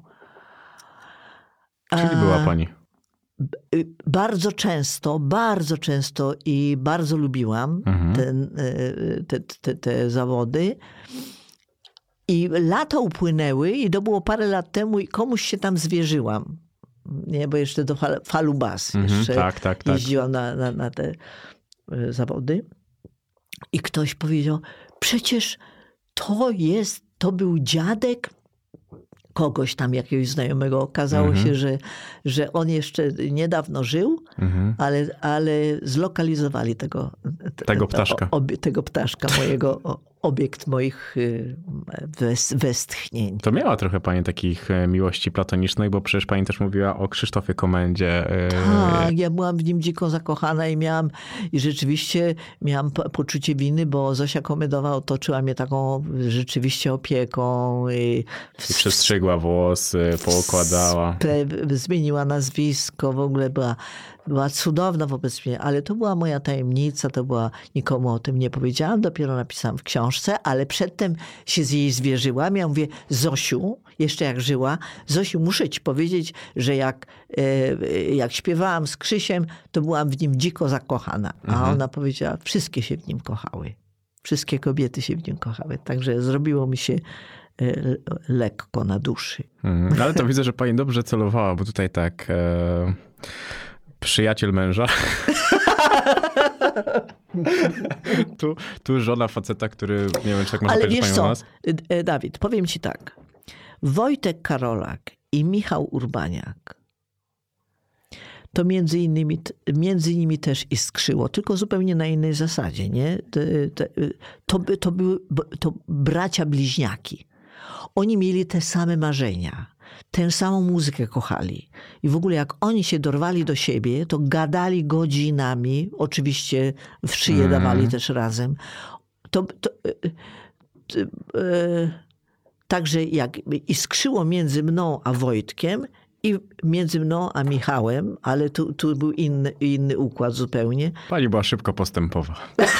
Speaker 2: Czyli była pani?
Speaker 4: Bardzo często, bardzo często i bardzo lubiłam
Speaker 2: mhm.
Speaker 4: ten, te, te, te zawody. I lata upłynęły i to było parę lat temu i komuś się tam zwierzyłam. Nie, bo jeszcze do fal, Falubas
Speaker 2: mhm,
Speaker 4: jeszcze
Speaker 2: tak, tak,
Speaker 4: jeździłam
Speaker 2: tak.
Speaker 4: Na, na, na te zawody. I ktoś powiedział, przecież to jest, to był dziadek kogoś tam, jakiegoś znajomego. Okazało mhm. się, że, że on jeszcze niedawno żył, mhm. ale, ale zlokalizowali tego,
Speaker 2: tego ptaszka,
Speaker 4: o, ob, tego ptaszka mojego obiekt moich westchnień.
Speaker 2: To miała trochę pani takich miłości platonicznych, bo przecież pani też mówiła o Krzysztofie Komendzie.
Speaker 4: Tak, ja byłam w nim dziko zakochana i miałam, i rzeczywiście miałam poczucie winy, bo Zosia Komendowa otoczyła mnie taką rzeczywiście opieką. I,
Speaker 2: I przestrzygła włosy, poukładała.
Speaker 4: Zmieniła nazwisko, w ogóle była, była cudowna wobec mnie, ale to była moja tajemnica, to była, nikomu o tym nie powiedziałam, dopiero napisałam w książce, ale przedtem się z jej zwierzyłam. Ja mówię, Zosiu, jeszcze jak żyła, Zosiu, muszę ci powiedzieć, że jak, jak śpiewałam z Krzysiem, to byłam w nim dziko zakochana. A mhm. ona powiedziała, wszystkie się w nim kochały. Wszystkie kobiety się w nim kochały. Także zrobiło mi się lekko na duszy.
Speaker 2: Mhm. Ale to widzę, że pani dobrze celowała, bo tutaj tak e, przyjaciel męża. tu, tu żona faceta, który nie wiem, czy tak można
Speaker 4: Ale
Speaker 2: powiedzieć
Speaker 4: wiesz
Speaker 2: panią
Speaker 4: co,
Speaker 2: nas.
Speaker 4: Dawid, powiem ci tak. Wojtek Karolak i Michał Urbaniak, to między innymi, między nimi też iskrzyło, tylko zupełnie na innej zasadzie, nie? To, to, to były to bracia bliźniaki. Oni mieli te same marzenia, tę samą muzykę kochali. I w ogóle jak oni się dorwali do siebie, to gadali godzinami, oczywiście w szyję mm. dawali też razem. To, to, to, to e, także jak iskrzyło między mną a Wojtkiem i między mną a Michałem, ale tu, tu był inny, inny układ zupełnie.
Speaker 2: Pani była szybko postępowa.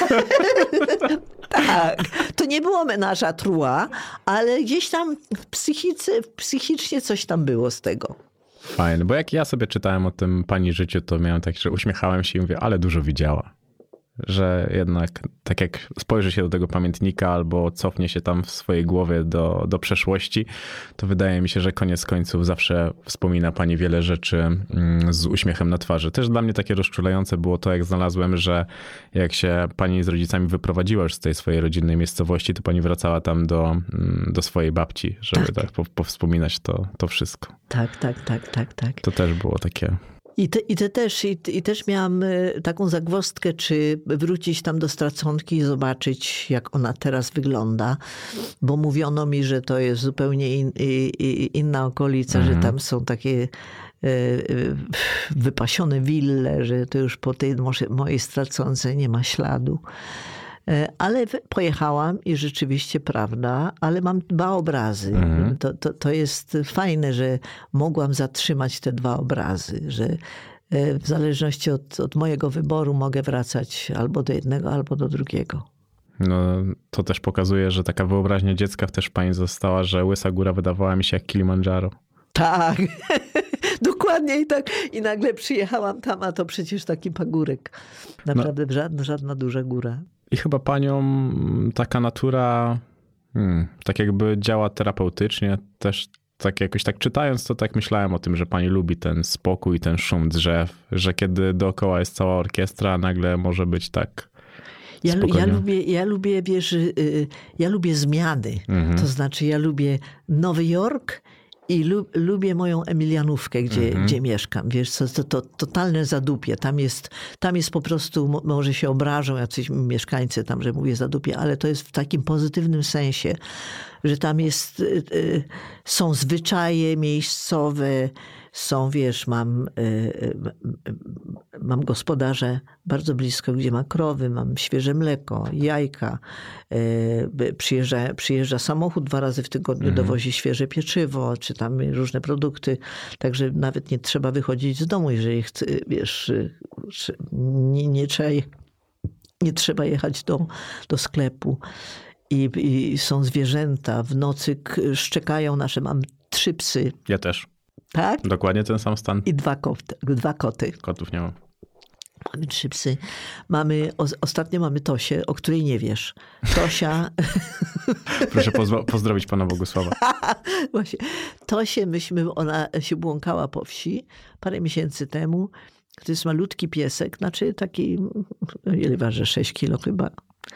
Speaker 4: Tak, to nie było menaża trua, ale gdzieś tam w psychice, psychicznie coś tam było z tego.
Speaker 2: Fajne, bo jak ja sobie czytałem o tym pani życiu, to miałem tak, że uśmiechałem się i mówię, ale dużo widziała. Że jednak tak jak spojrzy się do tego pamiętnika albo cofnie się tam w swojej głowie do, do przeszłości, to wydaje mi się, że koniec końców zawsze wspomina pani wiele rzeczy z uśmiechem na twarzy. Też dla mnie takie rozczulające było to, jak znalazłem, że jak się pani z rodzicami wyprowadziła już z tej swojej rodzinnej miejscowości, to pani wracała tam do, do swojej babci, żeby tak, tak powspominać to, to wszystko.
Speaker 4: Tak, tak, tak, tak, tak.
Speaker 2: To też było takie...
Speaker 4: I, te, i, te też, i, I też miałam taką zagwozdkę, czy wrócić tam do Straconki i zobaczyć, jak ona teraz wygląda. Bo mówiono mi, że to jest zupełnie in, in, inna okolica, mhm. że tam są takie wypasione wille, że to już po tej mojej Straconce nie ma śladu. Ale pojechałam i rzeczywiście prawda, ale mam dwa obrazy. Mhm. To, to, to jest fajne, że mogłam zatrzymać te dwa obrazy, że w zależności od, od mojego wyboru mogę wracać albo do jednego, albo do drugiego.
Speaker 2: No to też pokazuje, że taka wyobraźnia dziecka też w pani została, że Łysa Góra wydawała mi się jak Kilimandżaro.
Speaker 4: Tak, dokładnie i tak. I nagle przyjechałam tam, a to przecież taki pagórek. Naprawdę no. żadna, żadna duża góra.
Speaker 2: I chyba panią taka natura hmm, tak jakby działa terapeutycznie. Też tak jakoś tak czytając to tak myślałem o tym, że pani lubi ten spokój, ten szum drzew, że kiedy dookoła jest cała orkiestra, nagle może być tak
Speaker 4: ja, ja lubię, ja lubię, wiesz, ja lubię zmiany. Mhm. To znaczy ja lubię Nowy Jork i lu, lubię moją Emilianówkę, gdzie, mhm. gdzie mieszkam. Wiesz, to, to, to totalne zadupie. Tam jest, tam jest po prostu, może się obrażą jacyś mieszkańcy tam, że mówię zadupie, ale to jest w takim pozytywnym sensie, że tam jest, y, y, są zwyczaje miejscowe, są, wiesz, mam, y, y, mam gospodarze bardzo blisko, gdzie ma krowy, mam świeże mleko, jajka. Y, przyjeżdża, przyjeżdża samochód dwa razy w tygodniu, mhm. dowozi świeże pieczywo, czy tam różne produkty. Także nawet nie trzeba wychodzić z domu, jeżeli chce, wiesz, nie, nie, trzeba, nie trzeba jechać do, do sklepu. I, I są zwierzęta. W nocy szczekają nasze, mam trzy psy.
Speaker 2: Ja też.
Speaker 4: Tak?
Speaker 2: Dokładnie ten sam stan.
Speaker 4: I dwa koty. Dwa koty.
Speaker 2: Kotów nie mam.
Speaker 4: Mamy trzy psy. Mamy, o, ostatnio mamy Tosię, o której nie wiesz. Tosia...
Speaker 2: Proszę pozwo- pozdrowić pana Bogusława.
Speaker 4: Właśnie. Tosię, myśmy, ona się błąkała po wsi parę miesięcy temu. To jest malutki piesek, znaczy taki, ile waży, sześć kilo chyba.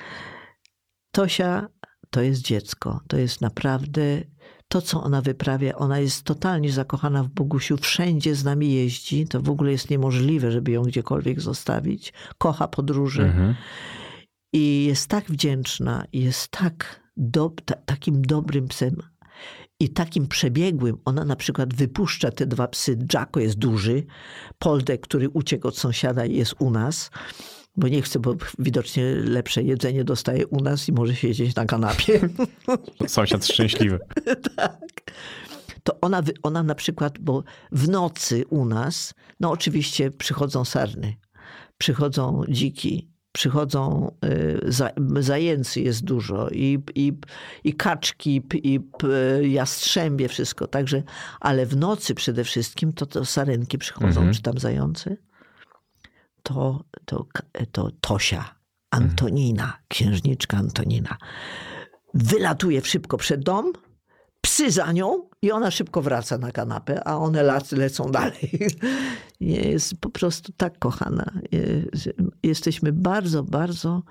Speaker 4: Tosia to jest dziecko. To jest naprawdę to, co ona wyprawia. Ona jest totalnie zakochana w Bogusiu. Wszędzie z nami jeździ. To w ogóle jest niemożliwe, żeby ją gdziekolwiek zostawić. Kocha podróże. Mhm. I jest tak wdzięczna, i jest tak do, ta, takim dobrym psem i takim przebiegłym. Ona na przykład wypuszcza te dwa psy. Jacko jest duży, Poldek, który uciekł od sąsiada i jest u nas, bo nie chce, bo widocznie lepsze jedzenie dostaje u nas i może siedzieć na kanapie.
Speaker 2: Sąsiad szczęśliwy.
Speaker 4: Tak. To ona, ona na przykład, bo w nocy u nas, no oczywiście przychodzą sarny, przychodzą dziki, przychodzą y, za, zajęcy jest dużo i, i, i kaczki, i jastrzębie, wszystko. Także, ale w nocy przede wszystkim to, to sarenki przychodzą, mhm. czy tam zające. To, to, to Tosia, Antonina, mhm. księżniczka Antonina, wylatuje szybko przed dom, psy za nią i ona szybko wraca na kanapę, a one lecą dalej. Jest po prostu tak kochana. Jesteśmy bardzo, bardzo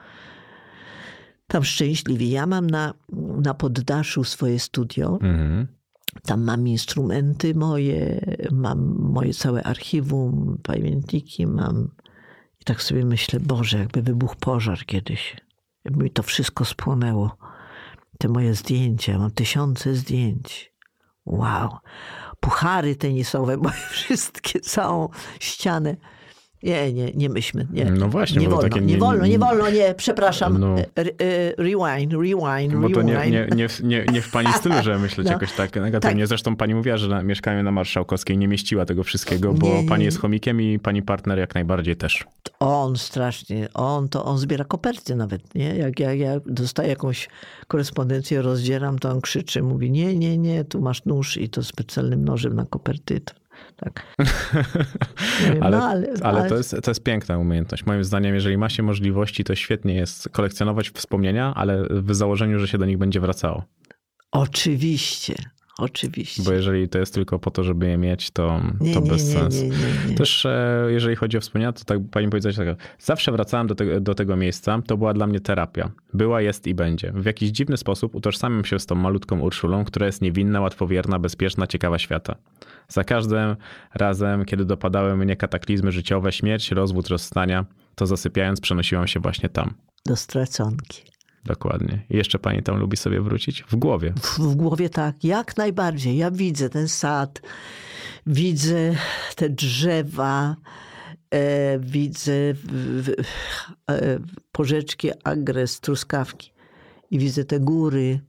Speaker 4: tam szczęśliwi. Ja mam na, na poddaszu swoje studio. Mhm. Tam mam instrumenty moje, mam moje całe archiwum, pamiętniki mam. I tak sobie myślę, Boże, jakby wybuchł pożar kiedyś. Jakby mi to wszystko spłonęło. Te moje zdjęcia, mam tysiące zdjęć. Wow. Puchary tenisowe, moje wszystkie, całą ścianę. Nie, nie, nie myślmy. Nie,
Speaker 2: no właśnie.
Speaker 4: Nie
Speaker 2: bo
Speaker 4: wolno,
Speaker 2: takie
Speaker 4: nie, nie wolno, nie wolno, nie, przepraszam.
Speaker 2: No.
Speaker 4: Rewind, rewind,
Speaker 2: Bo to
Speaker 4: rewind.
Speaker 2: nie, nie, nie, nie, nie w pani stylu, żeby myśleć no. jakoś tak negatywnie. Tak. Zresztą pani mówiła, że na mieszkaniu na Marszałkowskiej nie mieściła tego wszystkiego, bo nie, nie, pani jest chomikiem i pani partner jak najbardziej też.
Speaker 4: On strasznie, on to on zbiera koperty nawet, nie? Jak ja, ja dostaję jakąś korespondencję, rozdzieram, to on krzyczy, mówi nie, nie, nie, tu masz nóż i to specjalnym nożem na koperty. To, tak. Wiem,
Speaker 2: ale
Speaker 4: no, ale,
Speaker 2: ale
Speaker 4: ale
Speaker 2: to, jest, to jest piękna umiejętność. Moim zdaniem, jeżeli ma się możliwości, to świetnie jest kolekcjonować wspomnienia, ale w założeniu, że się do nich będzie wracało.
Speaker 4: Oczywiście. Oczywiście.
Speaker 2: Bo jeżeli to jest tylko po to, żeby je mieć, to,
Speaker 4: nie,
Speaker 2: to
Speaker 4: nie,
Speaker 2: bez
Speaker 4: nie,
Speaker 2: sensu.
Speaker 4: Nie, nie, nie.
Speaker 2: Też jeżeli chodzi o wspomnienia, to tak pani powiedzieć tak, zawsze wracałem do, te, do tego miejsca, to była dla mnie terapia. Była, jest i będzie. W jakiś dziwny sposób utożsamiam się z tą malutką Urszulą, która jest niewinna, łatwowierna, bezpieczna, ciekawa świata. Za każdym razem, kiedy dopadały mnie kataklizmy życiowe, śmierć, rozwód, rozstania, to zasypiając przenosiłam się właśnie tam.
Speaker 4: Do straconki.
Speaker 2: Dokładnie. I jeszcze pani tam lubi sobie wrócić? W głowie.
Speaker 4: W, w głowie tak, jak najbardziej. Ja widzę ten sad, widzę te drzewa, e, widzę w, w, e, porzeczki, agres, truskawki i widzę te góry.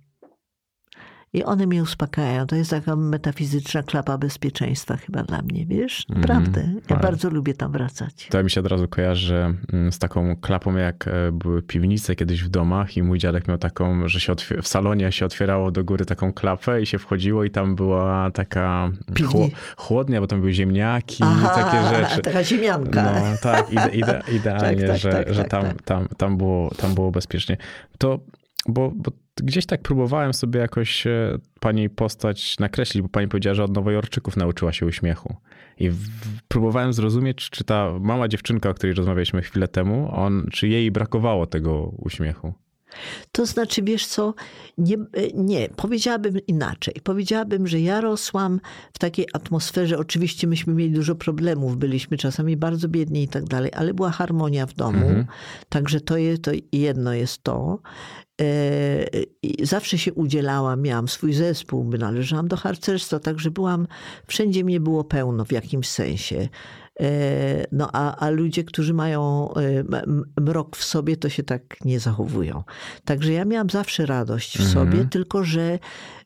Speaker 4: I one mnie uspokajają. To jest taka metafizyczna klapa bezpieczeństwa chyba dla mnie, wiesz? Naprawdę. Mm, ja bardzo lubię tam wracać.
Speaker 2: To mi się od razu kojarzy z taką klapą, jak były piwnice kiedyś w domach i mój dziadek miał taką, że się w salonie się otwierało do góry taką klapę i się wchodziło i tam była taka chło, chłodnia, bo tam były ziemniaki i takie rzeczy.
Speaker 4: Taka ziemianka.
Speaker 2: No tak, ide, ide, idealnie,
Speaker 4: tak, tak,
Speaker 2: że,
Speaker 4: tak,
Speaker 2: że
Speaker 4: tak,
Speaker 2: tam,
Speaker 4: tak.
Speaker 2: tam, tam, było, tam było bezpiecznie. To, bo, bo gdzieś tak próbowałem sobie jakoś pani postać nakreślić, bo pani powiedziała, że od Nowojorczyków nauczyła się uśmiechu. I w, próbowałem zrozumieć, czy ta mała dziewczynka, o której rozmawialiśmy chwilę temu, on, czy jej brakowało tego uśmiechu.
Speaker 4: To znaczy, wiesz co, nie, nie, powiedziałabym inaczej. Powiedziałabym, że ja rosłam w takiej atmosferze, oczywiście myśmy mieli dużo problemów, byliśmy czasami bardzo biedni i tak dalej, ale była harmonia w domu, mhm. Także to, je, to jedno jest to. I zawsze się udzielałam, miałam swój zespół, należałam do harcerstwa, także byłam, wszędzie mnie było pełno w jakimś sensie. No a, a ludzie, którzy mają mrok w sobie, to się tak nie zachowują. Także ja miałam zawsze radość w sobie, mhm. tylko że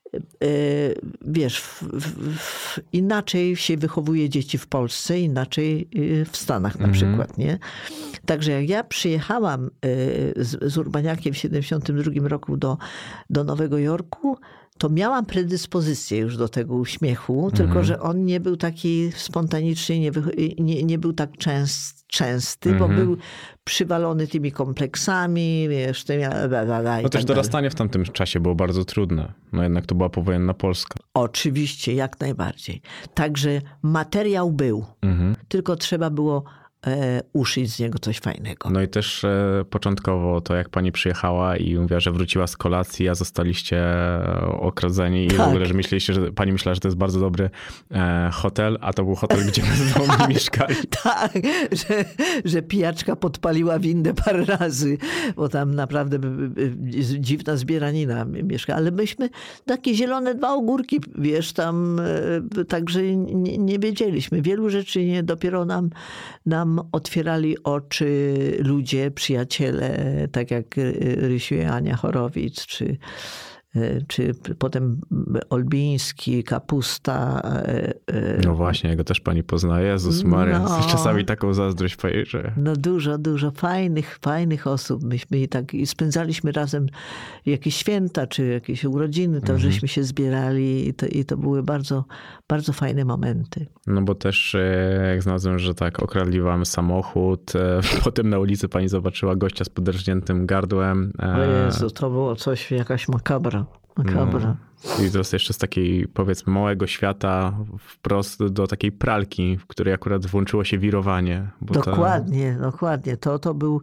Speaker 4: wiesz, w, w, w, inaczej się wychowuje dzieci w Polsce, inaczej w Stanach na mhm. przykład, nie? Także jak ja przyjechałam z, z Urbaniakiem w siedemdziesiątym drugim roku do, do Nowego Jorku, to miałam predyspozycję już do tego uśmiechu, mhm. tylko że on nie był taki spontaniczny, nie, nie, nie był tak częst, częsty, mhm. bo był przywalony tymi kompleksami, wiesz, tymi...
Speaker 2: No też dorastanie w tamtym czasie było bardzo trudne. No jednak to była powojenna Polska.
Speaker 4: Oczywiście, jak najbardziej. Także materiał był, mhm. tylko trzeba było e, uszyć z niego coś fajnego.
Speaker 2: No i też e, początkowo to jak pani przyjechała i mówiła, że wróciła z kolacji, a zostaliście okradzeni i
Speaker 4: Tak.
Speaker 2: w ogóle, że myśleliście, że pani myślała, że to jest bardzo dobry e, hotel, a to był hotel, gdzie bezdomni mieszkali.
Speaker 4: Tak, że, że pijaczka podpaliła windę parę razy, bo tam naprawdę dziwna zbieranina mieszka. Ale myśmy takie zielone dwa ogórki, wiesz, tam także nie, nie wiedzieliśmy. Wielu rzeczy nie dopiero nam, nam otwierali oczy ludzie, przyjaciele, tak jak Rysiu i Ania Chorowicz, czy czy potem Olbiński, Kapusta.
Speaker 2: No właśnie, jego też pani poznaje. Jezus Maria,
Speaker 4: no,
Speaker 2: czasami taką zazdrość powiem, że...
Speaker 4: No dużo, dużo fajnych, fajnych osób. Myśmy i tak i spędzaliśmy razem jakieś święta, czy jakieś urodziny, to
Speaker 2: mhm.
Speaker 4: żeśmy się zbierali i to, i to były bardzo, bardzo fajne momenty.
Speaker 2: No bo też jak znalazłem, że tak okradli wam samochód, potem na ulicy pani zobaczyła gościa z podrżniętym gardłem.
Speaker 4: O Jezu, to było coś, jakaś makabra. Makabra.
Speaker 2: No. I to jest jeszcze z takiej, powiedzmy, małego świata wprost do takiej pralki, w której akurat włączyło się wirowanie. Bo
Speaker 4: dokładnie, to... dokładnie. To, to był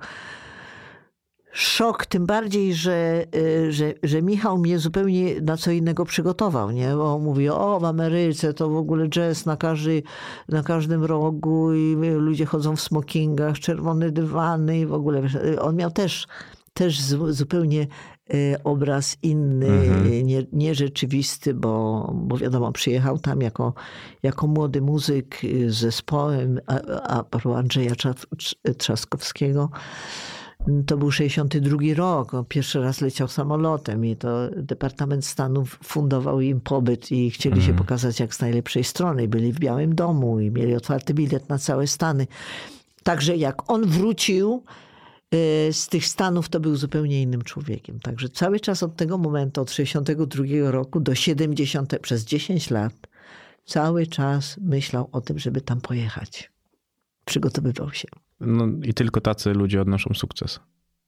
Speaker 4: szok, tym bardziej, że, że, że Michał mnie zupełnie na co innego przygotował, nie? Bo on mówi, o w Ameryce to w ogóle jazz na, każdy, na każdym rogu i ludzie chodzą w smokingach, czerwone dywany i w ogóle. On miał też, też zupełnie obraz inny, mhm. nie, nierzeczywisty, bo, bo wiadomo, przyjechał tam jako, jako młody muzyk z zespołem a, a, a Andrzeja Trzaskowskiego. To był sześćdziesiąty drugi rok. On pierwszy raz leciał samolotem i to Departament Stanu fundował im pobyt i chcieli mhm. się pokazać jak z najlepszej strony. Byli w Białym Domu i mieli otwarty bilet na całe Stany. Także jak on wrócił z tych Stanów, to był zupełnie innym człowiekiem. Także cały czas od tego momentu, od sześćdziesiątego drugiego roku do siedemdziesiątego, przez dziesięć lat, cały czas myślał o tym, żeby tam pojechać. Przygotowywał się.
Speaker 2: No i tylko tacy ludzie odnoszą sukces.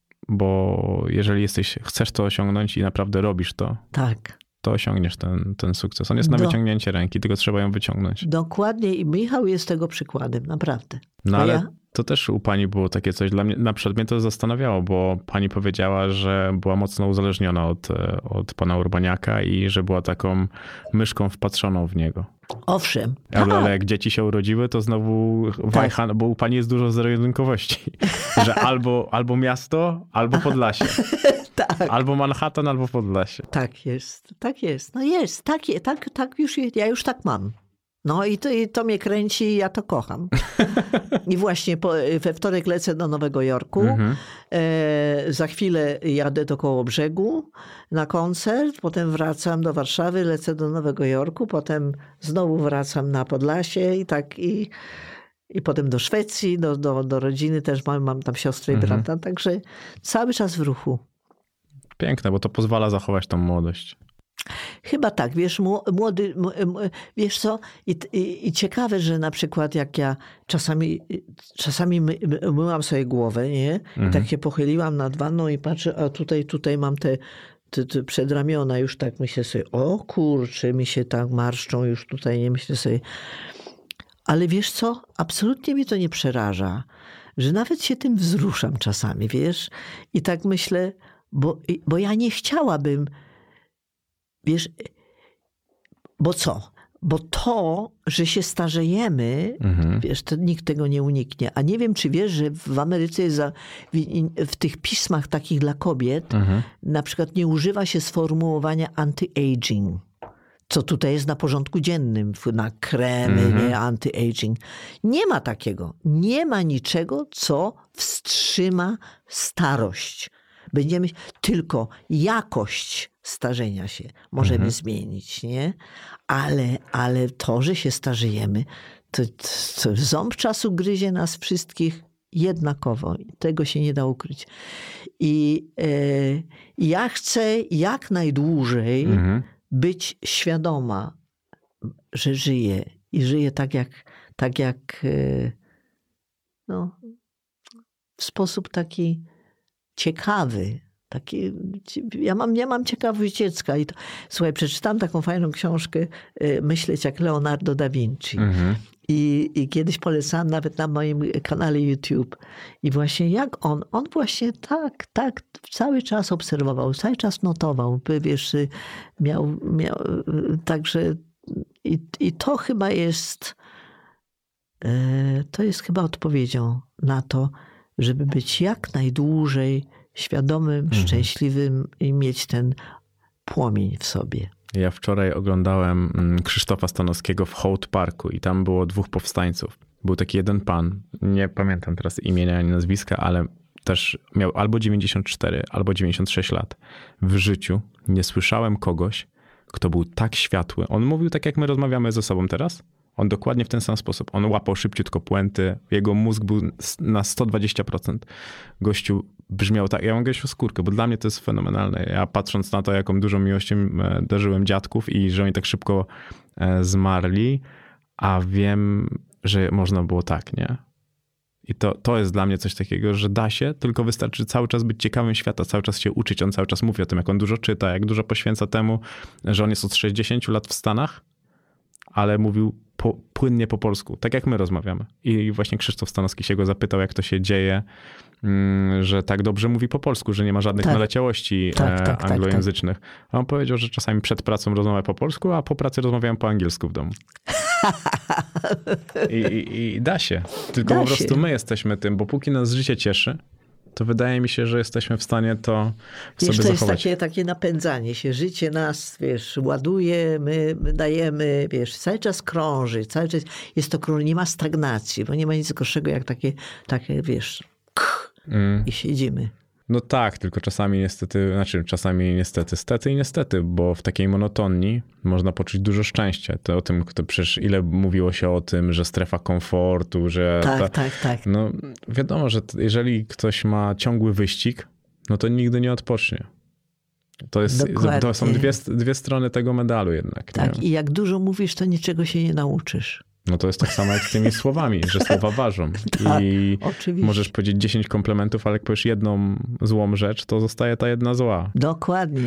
Speaker 2: Bo jeżeli jesteś, chcesz to osiągnąć i naprawdę robisz to,
Speaker 4: tak.
Speaker 2: to osiągniesz ten, ten sukces. On jest na Do... wyciągnięcie ręki, tylko trzeba ją wyciągnąć.
Speaker 4: Dokładnie i Michał jest tego przykładem, naprawdę.
Speaker 2: No ale
Speaker 4: ja...
Speaker 2: to też u pani było takie coś, dla mnie, na przykład mnie to zastanawiało, bo pani powiedziała, że była mocno uzależniona od, od pana Urbaniaka i że była taką myszką wpatrzoną w niego.
Speaker 4: Owszem.
Speaker 2: Ale, ale jak dzieci się urodziły, to znowu wajcha, tak. Bo u pani jest dużo zero-jedynkowości. Że albo, albo miasto, albo Podlasie.
Speaker 4: Tak.
Speaker 2: Albo Manhattan, albo Podlasie.
Speaker 4: Tak jest, tak jest. No jest, tak, tak, tak już, ja już tak mam. No i to, i to mnie kręci i ja to kocham. I właśnie po, we wtorek lecę do Nowego Jorku. Mhm. E, za chwilę jadę do Kołobrzegu na koncert. Potem wracam do Warszawy, lecę do Nowego Jorku. Potem znowu wracam na Podlasie i tak i, i potem do Szwecji, do, do, do rodziny też mam, mam tam siostrę i brata. Mhm. Także cały czas w ruchu.
Speaker 2: Piękne, bo to pozwala zachować tą młodość.
Speaker 4: Chyba tak, wiesz, młody, wiesz co, I, i, i ciekawe, że na przykład jak ja czasami, czasami my, myłam sobie głowę, nie? Mhm. I tak się pochyliłam nad wanną i patrzę, a tutaj, tutaj mam te, te, te przedramiona, już tak myślę sobie, o kurczę, mi się tak marszczą już tutaj, nie myślę sobie. Ale wiesz co, absolutnie mnie to nie przeraża, że nawet się tym wzruszam czasami, wiesz? I tak myślę, bo, bo ja nie chciałabym. Wiesz, bo co? Bo to, że się starzejemy, mhm. wiesz, to nikt tego nie uniknie. A nie wiem, czy wiesz, że w Ameryce jest za, w, w tych pismach takich dla kobiet mhm. na przykład nie używa się sformułowania anti-aging, co tutaj jest na porządku dziennym, na kremy, mhm. nie, anti-aging. Nie ma takiego. Nie ma niczego, co wstrzyma starość. Będziemy tylko jakość starzenia się możemy mhm. zmienić, nie? Ale, ale to, że się starzejemy, to, to ząb czasu gryzie nas wszystkich jednakowo. Tego się nie da ukryć. I e, ja chcę jak najdłużej mhm. być świadoma, że żyję. I żyję tak jak, tak jak e, no, w sposób taki ciekawy, Taki, ja, mam, ja mam ciekawość dziecka. I to, słuchaj, przeczytałam taką fajną książkę Myśleć jak Leonardo da Vinci. Mhm. I, I kiedyś polecałam nawet na moim kanale YouTube. I właśnie jak on, on właśnie tak, tak cały czas obserwował, cały czas notował. Wiesz, miał, miał także i, i to chyba jest to jest chyba odpowiedzią na to, żeby być jak najdłużej świadomym, mhm. szczęśliwym i mieć ten płomień w sobie.
Speaker 2: Ja wczoraj oglądałem Krzysztofa Stanowskiego w Hołd Parku i tam było dwóch powstańców. Był taki jeden pan, nie pamiętam teraz imienia ani nazwiska, ale też miał albo dziewięćdziesiąt cztery, albo dziewięćdziesiąt sześć lat. W życiu nie słyszałem kogoś, kto był tak światły. On mówił tak, jak my rozmawiamy ze sobą teraz. On dokładnie w ten sam sposób. On łapał szybciutko puenty. Jego mózg był na sto dwadzieścia procent. Gościu brzmiał tak. Ja mam gościu skórkę, bo dla mnie to jest fenomenalne. Ja patrząc na to, jaką dużą miłością darzyłem dziadków i że oni tak szybko zmarli, a wiem, że można było tak, nie? I to, to jest dla mnie coś takiego, że da się, tylko wystarczy cały czas być ciekawym świata, cały czas się uczyć. On cały czas mówi o tym, jak on dużo czyta, jak dużo poświęca temu, że on jest od sześćdziesięciu lat w Stanach, ale mówił po, płynnie po polsku, tak jak my rozmawiamy. I właśnie Krzysztof Stanowski się go zapytał, jak to się dzieje, że tak dobrze mówi po polsku, że nie ma żadnych tak. naleciałości tak, tak, tak, anglojęzycznych. A on powiedział, że czasami przed pracą rozmawia po polsku, a po pracy rozmawiają po angielsku w domu. I, i, I da się. Tylko da po prostu się. My jesteśmy tym, bo póki nas życie cieszy, to wydaje mi się, że jesteśmy w stanie to w
Speaker 4: wiesz,
Speaker 2: sobie
Speaker 4: to
Speaker 2: zachować.
Speaker 4: To jest takie, takie napędzanie się. Życie nas, wiesz, ładuje, my, my dajemy, wiesz, cały czas krąży. Cały czas jest to krąży, nie ma stagnacji, bo nie ma nic gorszego jak takie, takie wiesz, kch, mm. i siedzimy.
Speaker 2: No tak, tylko czasami niestety, znaczy czasami niestety, stety i niestety, bo w takiej monotonii można poczuć dużo szczęścia. To o tym, kto przecież ile mówiło się o tym, że strefa komfortu, że...
Speaker 4: Tak,
Speaker 2: ta,
Speaker 4: tak, tak.
Speaker 2: No wiadomo, że jeżeli ktoś ma ciągły wyścig, no to nigdy nie odpocznie. To, jest, to są dwie, dwie strony tego medalu jednak.
Speaker 4: Tak, nie? I jak dużo mówisz, to niczego się nie nauczysz.
Speaker 2: No to jest tak samo jak z tymi słowami, że słowa ważą.
Speaker 4: Tak,
Speaker 2: i
Speaker 4: oczywiście.
Speaker 2: Możesz powiedzieć dziesięć komplementów, ale jak powiesz jedną złą rzecz, to zostaje ta jedna zła.
Speaker 4: Dokładnie.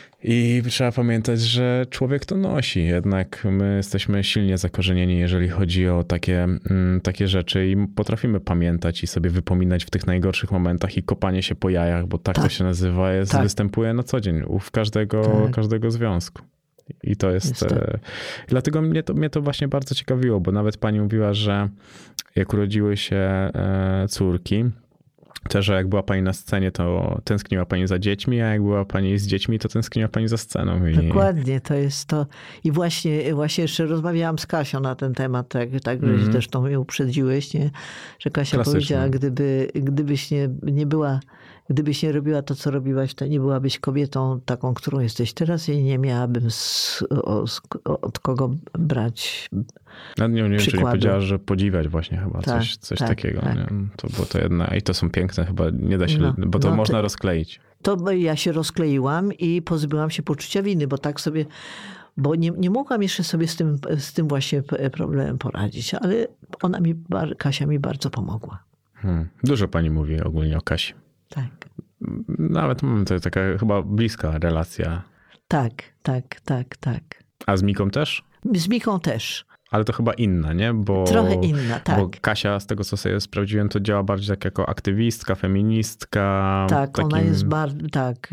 Speaker 2: I trzeba pamiętać, że człowiek to nosi. Jednak my jesteśmy silnie zakorzenieni, jeżeli chodzi o takie, mm, takie rzeczy i potrafimy pamiętać i sobie wypominać w tych najgorszych momentach i kopanie się po jajach, bo tak, tak. to się nazywa, jest, tak. występuje na co dzień u każdego, tak. każdego związku. I to jest... jest e, dlatego mnie to, mnie to właśnie bardzo ciekawiło, bo nawet pani mówiła, że jak urodziły się e, córki, to, że jak była pani na scenie, to tęskniła pani za dziećmi, a jak była pani z dziećmi, to tęskniła pani za sceną. I...
Speaker 4: Dokładnie, to jest to. I właśnie, właśnie jeszcze rozmawiałam z Kasią na ten temat, tak, tak mm-hmm. że zresztą mnie uprzedziłeś, nie? Że Kasia Klasyczne. powiedziała, gdyby, gdybyś nie, nie była, gdybyś nie robiła to, co robiłaś, to nie byłabyś kobietą taką, którą jesteś teraz i nie miałabym z, o, z, od kogo brać
Speaker 2: no, nie, nie wiem, czy nie powiedziała, że podziwiać właśnie chyba tak, coś, coś
Speaker 4: tak,
Speaker 2: takiego.
Speaker 4: Tak.
Speaker 2: Nie? To było to jedna, i to są piękne, chyba nie da się,
Speaker 4: no,
Speaker 2: bo to
Speaker 4: no,
Speaker 2: można
Speaker 4: to,
Speaker 2: rozkleić.
Speaker 4: To ja się rozkleiłam i pozbyłam się poczucia winy, bo tak sobie, bo nie, nie mogłam jeszcze sobie z tym, z tym właśnie problemem poradzić, ale ona mi, Kasia mi bardzo pomogła.
Speaker 2: Hmm. Dużo pani mówi ogólnie o Kasi.
Speaker 4: Tak.
Speaker 2: Nawet mam to taka chyba bliska relacja.
Speaker 4: Tak, tak, tak, tak.
Speaker 2: A z Miką też?
Speaker 4: Z Miką też.
Speaker 2: Ale to chyba inna, nie? Bo,
Speaker 4: Trochę inna, tak.
Speaker 2: Bo Kasia, z tego co sobie sprawdziłem, to działa bardziej tak jako aktywistka, feministka.
Speaker 4: Tak,
Speaker 2: takim...
Speaker 4: ona jest bardzo, tak.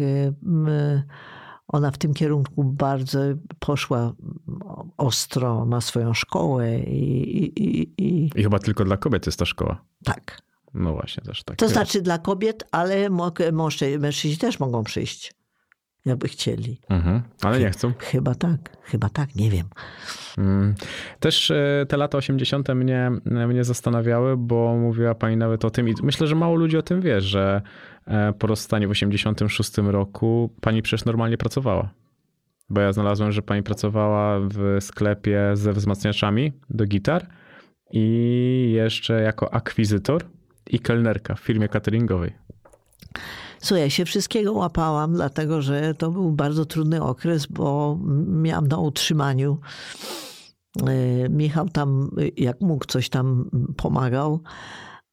Speaker 4: Ona w tym kierunku bardzo poszła ostro, ma swoją szkołę i... I, i,
Speaker 2: I chyba tylko dla kobiet jest ta szkoła.
Speaker 4: Tak.
Speaker 2: No właśnie, też tak.
Speaker 4: To jest. Znaczy dla kobiet, ale mężczyźni też mogą przyjść, jakby chcieli.
Speaker 2: Mhm, ale nie chcą.
Speaker 4: Chyba tak, chyba tak, nie wiem.
Speaker 2: Też te lata osiemdziesiąte mnie, mnie zastanawiały, bo mówiła pani nawet o tym i myślę, że mało ludzi o tym wie, że po rozstaniu w osiemdziesiątym szóstym roku pani przecież normalnie pracowała. Bo ja znalazłem, że pani pracowała w sklepie ze wzmacniaczami do gitar i jeszcze jako akwizytor i kelnerka w firmie cateringowej.
Speaker 4: Słuchaj, ja się wszystkiego łapałam, dlatego że to był bardzo trudny okres, bo miałam na utrzymaniu. Michał tam jak mógł coś tam pomagał,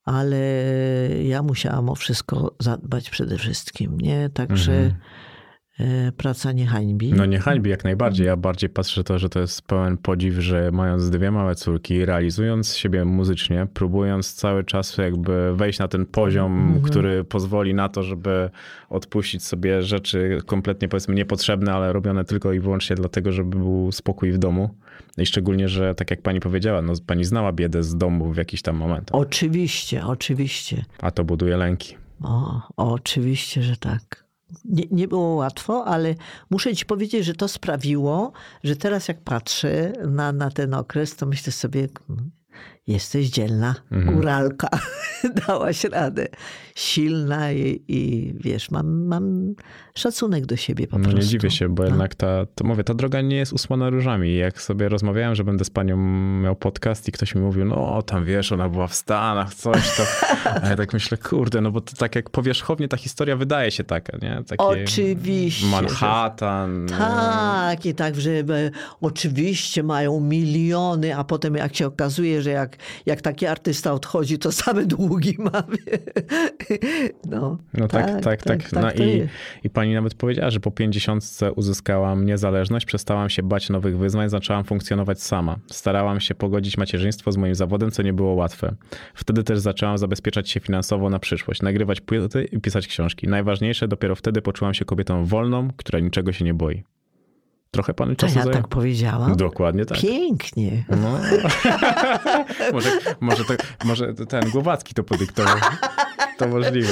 Speaker 4: ale ja musiałam o wszystko zadbać przede wszystkim, nie? Także mhm. praca nie hańbi.
Speaker 2: No nie hańbi jak najbardziej. Ja bardziej patrzę to, że to jest pełen podziw, że mając dwie małe córki, realizując siebie muzycznie, próbując cały czas jakby wejść na ten poziom, mhm. który pozwoli na to, żeby odpuścić sobie rzeczy kompletnie powiedzmy niepotrzebne, ale robione tylko i wyłącznie dlatego, żeby był spokój w domu. I szczególnie, że tak jak pani powiedziała, no pani znała biedę z domu w jakiś tam moment.
Speaker 4: Oczywiście, oczywiście.
Speaker 2: A to buduje lęki.
Speaker 4: O, oczywiście, że tak. Nie, nie było łatwo, ale muszę ci powiedzieć, że to sprawiło, że teraz jak patrzę na, na ten okres, to myślę sobie, jesteś dzielna, mhm. góralka, dałaś radę, silna i, i wiesz, mam, mam szacunek do siebie po
Speaker 2: no
Speaker 4: prostu.
Speaker 2: Nie dziwię się, bo no. jednak ta, to mówię, ta droga nie jest usłana różami. Jak sobie rozmawiałem, że będę z panią miał podcast i ktoś mi mówił, no tam wiesz, ona była w Stanach, coś to. A ja tak myślę, kurde, no bo to tak jak powierzchownie ta historia wydaje się taka, nie? Takie
Speaker 4: oczywiście.
Speaker 2: Manhattan.
Speaker 4: Że... Tak, i tak, że oczywiście mają miliony, a potem jak się okazuje, że jak, jak taki artysta odchodzi, to same długi ma. No,
Speaker 2: no tak, tak, tak. tak, tak. No
Speaker 4: tak
Speaker 2: i, I pani nawet powiedziała, że po pięćdziesiątce uzyskałam niezależność, przestałam się bać nowych wyzwań, zaczęłam funkcjonować sama. Starałam się pogodzić macierzyństwo z moim zawodem, co nie było łatwe. Wtedy też zaczęłam zabezpieczać się finansowo na przyszłość, nagrywać płyty i pisać książki. Najważniejsze, dopiero wtedy poczułam się kobietą wolną, która niczego się nie boi. Trochę panu czasu
Speaker 4: ja
Speaker 2: zajęło?
Speaker 4: Tak powiedziałam?
Speaker 2: Dokładnie tak.
Speaker 4: Pięknie.
Speaker 2: No. może, może, to, może ten Głowacki to podyktował. To możliwe.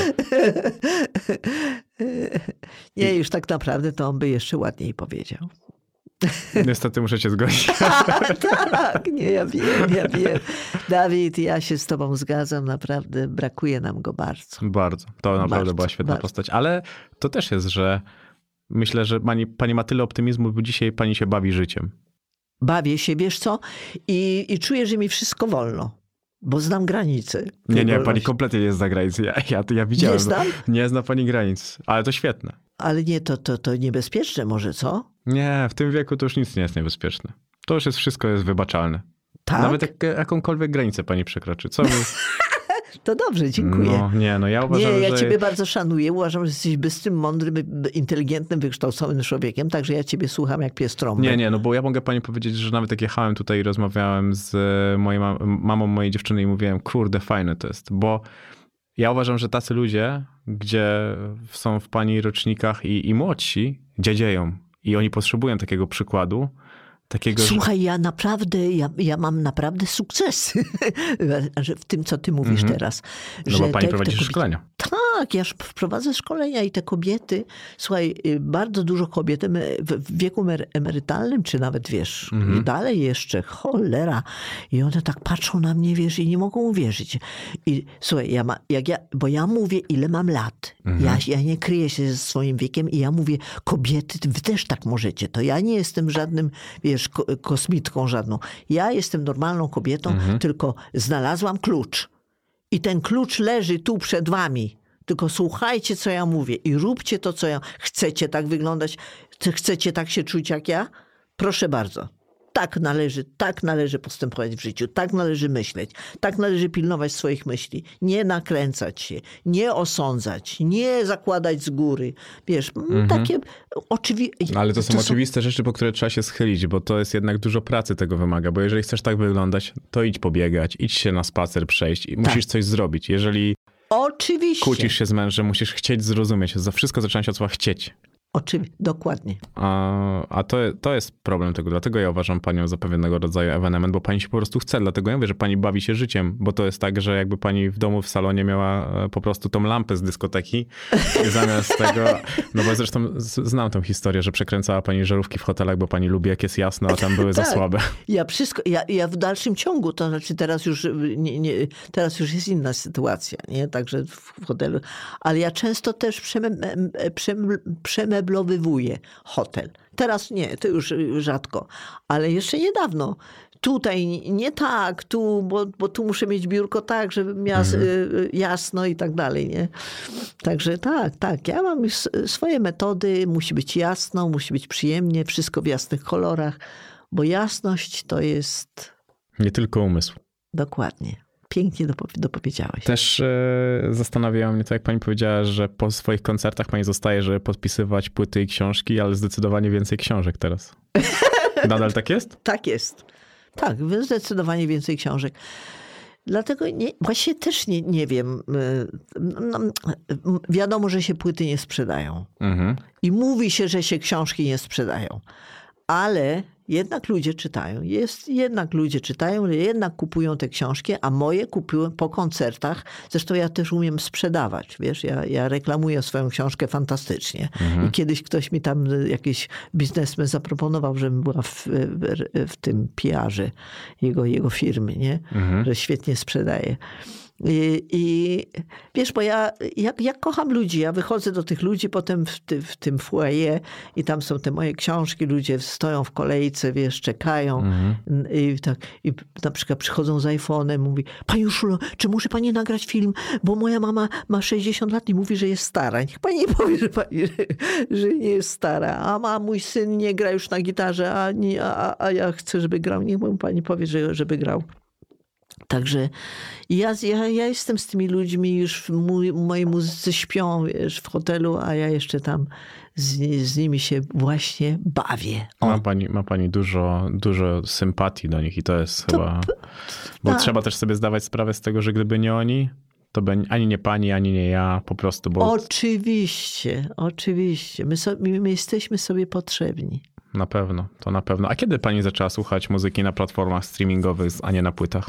Speaker 4: Nie, już tak naprawdę to on by jeszcze ładniej powiedział.
Speaker 2: Niestety muszę cię zgodzić.
Speaker 4: Tak, nie, ja wiem, ja wiem. Dawid, ja się z tobą zgadzam, naprawdę brakuje nam go bardzo.
Speaker 2: Bardzo. To naprawdę bardzo, była świetna bardzo. postać. Ale to też jest, że myślę, że pani, pani ma tyle optymizmu, bo dzisiaj pani się bawi życiem.
Speaker 4: Bawię się, wiesz co? I, i czuję, że mi wszystko wolno. Bo znam granice.
Speaker 2: Nie, nie, pani kompletnie nie zna granic. Ja, ja, ja widziałem.
Speaker 4: Nie znam?
Speaker 2: Nie zna pani granic, ale to świetne.
Speaker 4: Ale nie, to, to, to niebezpieczne może, co?
Speaker 2: Nie, w tym wieku to już nic nie jest niebezpieczne. To już jest, wszystko jest wybaczalne.
Speaker 4: Tak?
Speaker 2: Nawet jak, jakąkolwiek granicę pani przekroczy. Co mi...
Speaker 4: To dobrze, dziękuję.
Speaker 2: No, nie, no ja uważam,
Speaker 4: Nie, ja
Speaker 2: że...
Speaker 4: ciebie bardzo szanuję. Uważam, że jesteś bystrym, mądrym, inteligentnym, wykształconym człowiekiem, także ja ciebie słucham jak pies trąby.
Speaker 2: Nie, nie, no bo ja mogę pani powiedzieć, że nawet jak jechałem tutaj i rozmawiałem z moją mamą mojej dziewczyny i mówiłem, kurde, fajne to jest, bo ja uważam, że tacy ludzie, gdzie są w pani rocznikach i, i młodsi, dziadzieją i oni potrzebują takiego przykładu. Takiego,
Speaker 4: Słuchaj, że... ja naprawdę, ja, ja mam naprawdę sukcesy w tym, co ty mówisz mm-hmm. teraz.
Speaker 2: No
Speaker 4: że
Speaker 2: bo pani
Speaker 4: te,
Speaker 2: prowadzi
Speaker 4: te kobiety...
Speaker 2: szkolenia.
Speaker 4: Tak, ja wprowadzę szkolenia i te kobiety, słuchaj, bardzo dużo kobiet w wieku emerytalnym, czy nawet wiesz, mm-hmm. dalej jeszcze, cholera. I one tak patrzą na mnie, wiesz, i nie mogą uwierzyć. I słuchaj, ja ma, jak ja, bo ja mówię, ile mam lat. Mm-hmm. Ja, ja nie kryję się ze swoim wiekiem i ja mówię, kobiety, wy też tak możecie. To ja nie jestem żadnym, wiesz, kosmitką żadną. Ja jestem normalną kobietą, mhm. tylko znalazłam klucz. I ten klucz leży tu przed wami. Tylko słuchajcie, co ja mówię i róbcie to, co ja... Chcecie tak wyglądać? Chcecie tak się czuć jak ja? Proszę bardzo. Tak należy, tak należy postępować w życiu. Tak należy myśleć. Tak należy pilnować swoich myśli. Nie nakręcać się. Nie osądzać. Nie zakładać z góry. Wiesz, mhm. takie oczywiste...
Speaker 2: Ale to są to oczywiste są... rzeczy, po które trzeba się schylić, bo to jest jednak dużo pracy tego wymaga. Bo jeżeli chcesz tak wyglądać, to idź pobiegać, idź się na spacer przejść i musisz tak. coś zrobić. Jeżeli
Speaker 4: Oczywiście.
Speaker 2: kłócisz się z mężem, musisz chcieć zrozumieć. Za wszystko zaczyna się od słowa chcieć.
Speaker 4: Oczywiście, dokładnie.
Speaker 2: A, a to, to jest problem tego. Dlatego ja uważam panią za pewnego rodzaju ewenement, bo pani się po prostu chce. Dlatego ja mówię, że pani bawi się życiem, bo to jest tak, że jakby pani w domu, w salonie miała po prostu tą lampę z dyskoteki i zamiast tego, no bo zresztą znam tą historię, że przekręcała pani żarówki w hotelach, bo pani lubi jak jest jasno, a tam były tak. za słabe.
Speaker 4: Ja wszystko, ja, ja w dalszym ciągu, to znaczy teraz już, nie, nie, teraz już jest inna sytuacja, nie? Także w hotelu, ale ja często też przeme, przeme, przeme meblowywuje hotel. Teraz nie, to już rzadko, ale jeszcze niedawno. Tutaj nie tak, tu, bo, bo tu muszę mieć biurko tak, żeby miała mhm. jasno i tak dalej. Nie? Także tak, tak. Ja mam swoje metody, musi być jasno, musi być przyjemnie, wszystko w jasnych kolorach, bo jasność to jest...
Speaker 2: Nie tylko umysł.
Speaker 4: Dokładnie. pięknie dopow- dopowiedziałeś.
Speaker 2: Też e, zastanawiało mnie to, jak pani powiedziała, że po swoich koncertach pani zostaje, żeby podpisywać płyty i książki, ale zdecydowanie więcej książek teraz. Nadal tak jest?
Speaker 4: Tak jest. Tak, zdecydowanie więcej książek. Dlatego nie, właśnie też nie, nie wiem. No, wiadomo, że się płyty nie sprzedają. Mhm. I mówi się, że się książki nie sprzedają. Ale jednak ludzie czytają. Jest, jednak ludzie czytają, jednak kupują te książki, a moje kupiłem po koncertach. Zresztą ja też umiem sprzedawać. Wiesz, ja, ja reklamuję swoją książkę fantastycznie. Mhm. I kiedyś ktoś mi tam, jakiś biznesmen zaproponował, żebym była w, w, w tym P R-ze jego, jego firmy, nie? Mhm. Że świetnie sprzedaje. I, I wiesz, bo ja, ja, ja kocham ludzi, ja wychodzę do tych ludzi potem w, ty, w tym foyer i tam są te moje książki, ludzie stoją w kolejce, wiesz, czekają mhm. i, tak, i na przykład przychodzą z iPhone'em, mówi: pani Urszulo, czy muszę pani nagrać film, bo moja mama ma sześćdziesiąt lat i mówi, że jest stara. Niech pani nie powie, że, pani, że, że nie jest stara. A ma mój syn nie gra już na gitarze, a, nie, a, a ja chcę, żeby grał. Niech pani powie, że, żeby grał. Także ja, ja, ja jestem z tymi ludźmi, już mój, moi muzycy śpią, wiesz, w hotelu, a ja jeszcze tam z, z nimi się właśnie bawię. O.
Speaker 2: Ma pani, ma pani dużo, dużo sympatii do nich i to jest to, chyba... Bo tak. Trzeba też sobie zdawać sprawę z tego, że gdyby nie oni, to by ani nie pani, ani nie ja, po prostu. Bo...
Speaker 4: Oczywiście, oczywiście. My, so, my, my jesteśmy sobie potrzebni.
Speaker 2: Na pewno, to na pewno. A kiedy pani zaczęła słuchać muzyki na platformach streamingowych, a nie na płytach?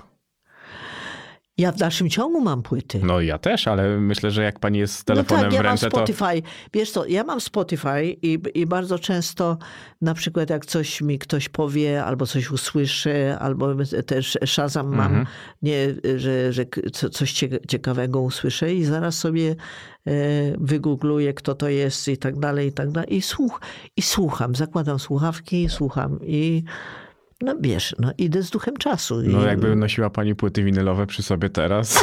Speaker 4: Ja w dalszym ciągu mam płyty.
Speaker 2: No ja też, ale myślę, że jak pani jest z telefonem
Speaker 4: no tak,
Speaker 2: w ręce,
Speaker 4: ja mam Spotify. To... Wiesz co, ja mam Spotify i, i bardzo często na przykład jak coś mi ktoś powie, albo coś usłyszę, albo też Shazam mam, mhm. nie, że, że coś ciekawego usłyszę i zaraz sobie wygoogluję, kto to jest i tak dalej, i tak dalej. I, słuch, i słucham, zakładam słuchawki i słucham i no wiesz, no idę z duchem czasu.
Speaker 2: No
Speaker 4: I...
Speaker 2: jakby nosiła pani płyty winylowe przy sobie teraz.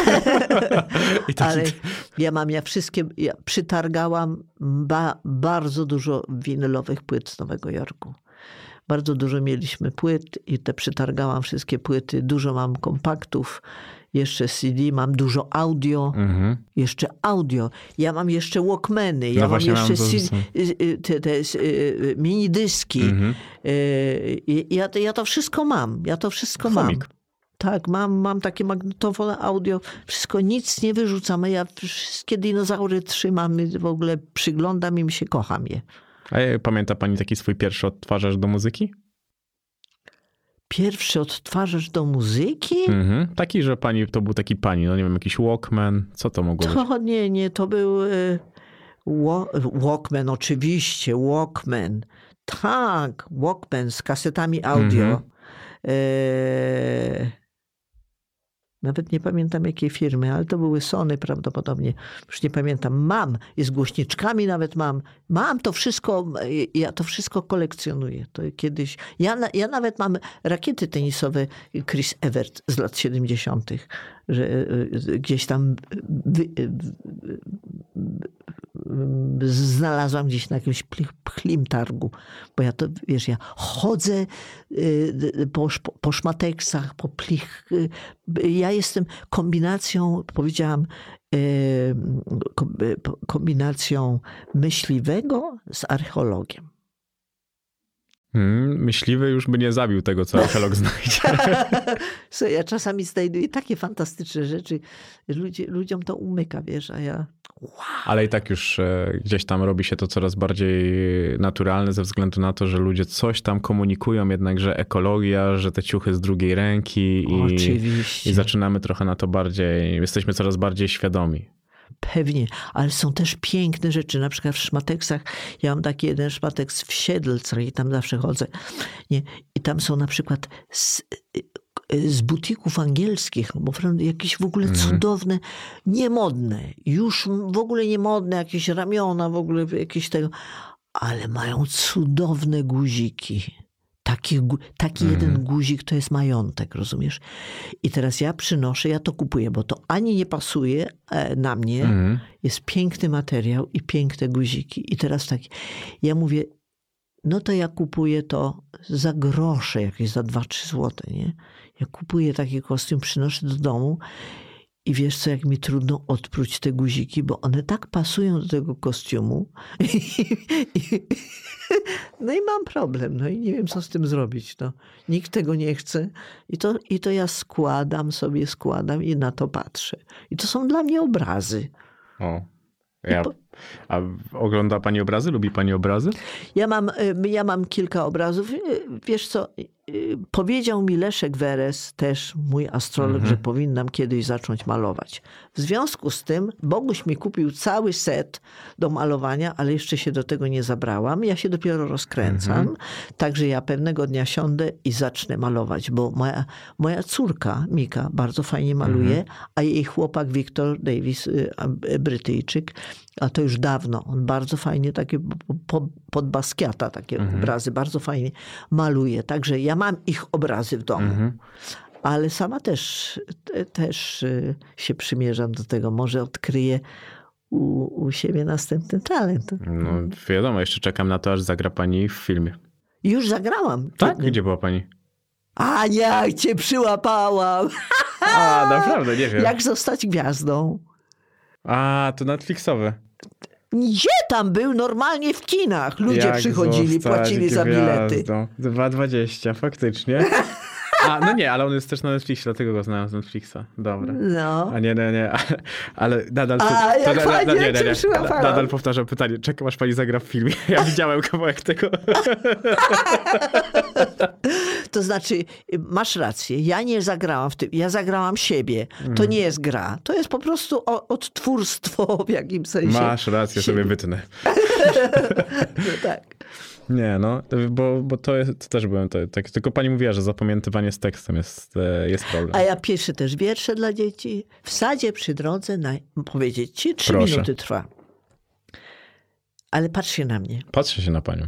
Speaker 4: I taki... Ale ja mam, ja wszystkie, ja przytargałam ba, bardzo dużo winylowych płyt z Nowego Jorku. Bardzo dużo mieliśmy płyt i te przytargałam wszystkie płyty. Dużo mam kompaktów, jeszcze C D, mam dużo audio, mhm. jeszcze audio. Ja mam jeszcze Walkmany, ja no mam jeszcze C D, te, te mini dyski. Mhm. Ja, ja to wszystko mam, ja to wszystko Chomik. mam. Tak, mam, mam takie magnetofony audio, wszystko, nic nie wyrzucamy. Ja wszystkie dinozaury trzymam, w ogóle przyglądam im się, kocham je.
Speaker 2: A pamięta pani taki swój pierwszy odtwarzacz do muzyki?
Speaker 4: Pierwszy odtwarzacz do muzyki?
Speaker 2: Mhm. Taki, że pani, to był taki pani, no nie wiem, jakiś Walkman, co to mogło
Speaker 4: to,
Speaker 2: być?
Speaker 4: Nie, nie, to był y, Walkman, oczywiście, Walkman. Tak, Walkman z kasetami audio. Mhm. Y, Nawet nie pamiętam jakiej firmy, ale to były Sony prawdopodobnie. Już nie pamiętam. Mam, jest głośniczkami nawet mam. Mam to wszystko, ja to wszystko kolekcjonuję. To kiedyś, ja, ja nawet mam rakiety tenisowe Chris Evert z lat siedemdziesiątych, że gdzieś tam wy, znalazłam gdzieś na jakimś pchlim targu. Bo ja to, wiesz, ja chodzę po, po szmateksach, po plich. Ja jestem kombinacją, powiedziałam, kombinacją myśliwego z archeologiem.
Speaker 2: Hmm, myśliwy już by nie zabił tego, co archeolog znajdzie.
Speaker 4: So, ja czasami znajduję takie fantastyczne rzeczy. Ludzie, ludziom to umyka, wiesz, a ja... Wow.
Speaker 2: Ale i tak już e, gdzieś tam robi się to coraz bardziej naturalne ze względu na to, że ludzie coś tam komunikują, jednakże ekologia, że te ciuchy z drugiej ręki i,
Speaker 4: Oczywiście.
Speaker 2: i zaczynamy trochę na to bardziej, jesteśmy coraz bardziej świadomi.
Speaker 4: Pewnie, ale są też piękne rzeczy, na przykład w szmateksach. Ja mam taki jeden szmateks w Siedlce i tam zawsze chodzę. Nie? I tam są na przykład z, z butików angielskich, bo jakieś w ogóle cudowne, niemodne, już w ogóle niemodne, jakieś ramiona, w ogóle jakieś tego, ale mają cudowne guziki. Taki, taki mm. jeden guzik to jest majątek, rozumiesz? I teraz ja przynoszę, ja to kupuję, bo to ani nie pasuje na mnie. Mm. Jest piękny materiał i piękne guziki. I teraz tak, ja mówię, no to ja kupuję to za grosze, jakieś za dwa trzy złote, nie? Ja kupuję taki kostium, przynoszę do domu i wiesz co, jak mi trudno odpróć te guziki, bo one tak pasują do tego kostiumu. No i mam problem, no i nie wiem, co z tym zrobić. No. Nikt tego nie chce i to, i to ja składam sobie, składam i na to patrzę. I to są dla mnie obrazy.
Speaker 2: O, ja... A ogląda pani obrazy? Lubi pani obrazy?
Speaker 4: Ja mam, ja mam kilka obrazów. Wiesz co, powiedział mi Leszek Weres, też mój astrolog, mhm. że powinnam kiedyś zacząć malować. W związku z tym Boguś mi kupił cały set do malowania, ale jeszcze się do tego nie zabrałam. Ja się dopiero rozkręcam. Mhm. Także ja pewnego dnia siądę i zacznę malować, bo moja, moja córka Mika bardzo fajnie maluje, mhm. a jej chłopak Victor Davis, Brytyjczyk, a to już dawno, on bardzo fajnie takie pod Basquiata takie mhm. obrazy, bardzo fajnie maluje. Także ja mam ich obrazy w domu. Mhm. Ale sama też, też się przymierzam do tego. Może odkryję u, u siebie następny talent.
Speaker 2: No wiadomo, jeszcze czekam na to, aż zagra pani w filmie.
Speaker 4: Już zagrałam.
Speaker 2: Tak? Gdzie była pani?
Speaker 4: A jak cię przyłapałam.
Speaker 2: A, naprawdę, nie wiem.
Speaker 4: Jak zostać gwiazdą.
Speaker 2: A, to Netflixowe.
Speaker 4: Gdzie tam był? Normalnie w kinach. Ludzie
Speaker 2: Jak
Speaker 4: przychodzili, płacili za bilety.
Speaker 2: dwa dwadzieścia, faktycznie. A, no nie, ale on jest też na Netflixie, dlatego go znałem z Netflixa. Dobra.
Speaker 4: No.
Speaker 2: A nie, nie, nie. Ale, ale nadal...
Speaker 4: A,
Speaker 2: to,
Speaker 4: jak
Speaker 2: to,
Speaker 4: fajnie,
Speaker 2: nie, nie, nie, nie. Nadal powtarzam pytanie. Czekam, aż pani zagra w filmie. Ja widziałem kawałek tego.
Speaker 4: To znaczy, masz rację. Ja nie zagrałam w tym. Ja zagrałam siebie. To nie jest gra. To jest po prostu odtwórstwo w jakimś sensie.
Speaker 2: Masz rację, siebie. Sobie wytnę.
Speaker 4: No tak.
Speaker 2: Nie, no, bo, bo to, jest, to też byłem, to, tak, tylko pani mówiła, że zapamiętywanie z tekstem jest, jest problem.
Speaker 4: A ja piszę też wiersze dla dzieci. W sadzie przy drodze, na, powiedzieć ci, trzy
Speaker 2: Proszę.
Speaker 4: minuty trwa. Ale patrzcie na mnie.
Speaker 2: Patrzę się na panią.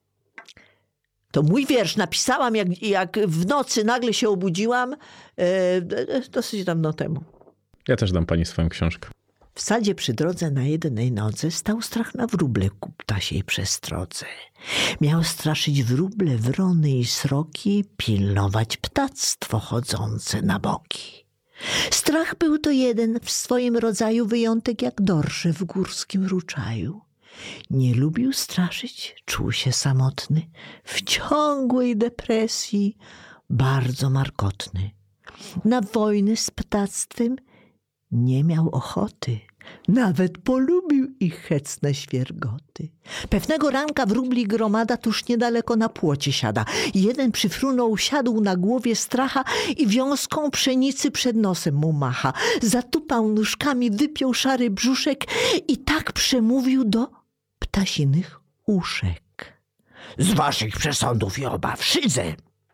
Speaker 4: To mój wiersz napisałam, jak, jak w nocy nagle się obudziłam, e, dosyć dawno temu.
Speaker 2: Ja też dam pani swoją książkę.
Speaker 4: W sadzie przy drodze na jednej nodze stał strach na wróble ku ptasiej przestrodze. Miał straszyć wróble, wrony i sroki, pilnować ptactwo chodzące na boki. Strach był to jeden w swoim rodzaju wyjątek jak dorsze w górskim ruczaju. Nie lubił straszyć, czuł się samotny, w ciągłej depresji, bardzo markotny. Na wojny z ptactwem nie miał ochoty, nawet polubił ich hecne świergoty. Pewnego ranka wróbli gromada tuż niedaleko na płocie siada. Jeden przyfrunął, siadł na głowie stracha i wiązką pszenicy przed nosem mu macha. Zatupał nóżkami, wypiął szary brzuszek i tak przemówił do ptasinych uszek. Z waszych przesądów i obaw szydzę.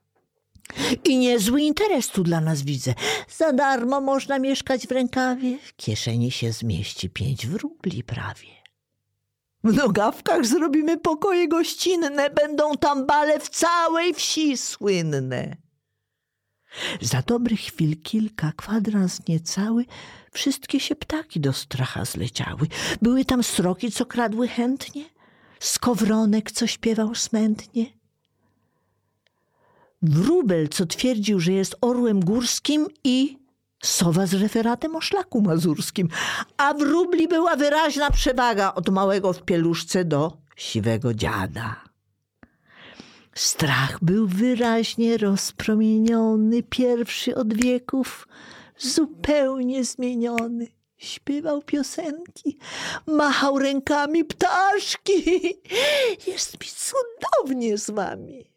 Speaker 4: I niezły interes tu dla nas widzę. Za darmo można mieszkać w rękawie. W kieszeni się zmieści pięć wróbli prawie. W Nogawkach zrobimy pokoje gościnne. Będą tam bale w całej wsi słynne. Za dobrych chwil kilka, kwadrans niecały, wszystkie się ptaki do stracha zleciały. Były tam sroki, co kradły chętnie, skowronek, co śpiewał smętnie, wróbel, co twierdził, że jest orłem górskim i sowa z referatem o szlaku mazurskim. A wróbli była wyraźna przewaga od małego w pieluszce do siwego dziada. Strach był wyraźnie rozpromieniony, pierwszy od wieków, zupełnie zmieniony. Śpiewał piosenki, machał rękami, ptaszki. Jest mi cudownie z wami.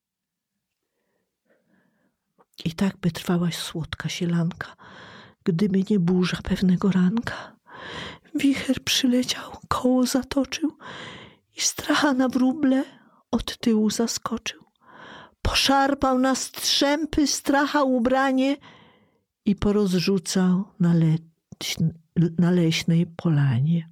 Speaker 4: I tak by trwała słodka sielanka, gdyby nie burza pewnego ranka. Wicher przyleciał, koło zatoczył i stracha na wróble od tyłu zaskoczył. Poszarpał na strzępy stracha ubranie i porozrzucał na, leś, na leśnej polanie.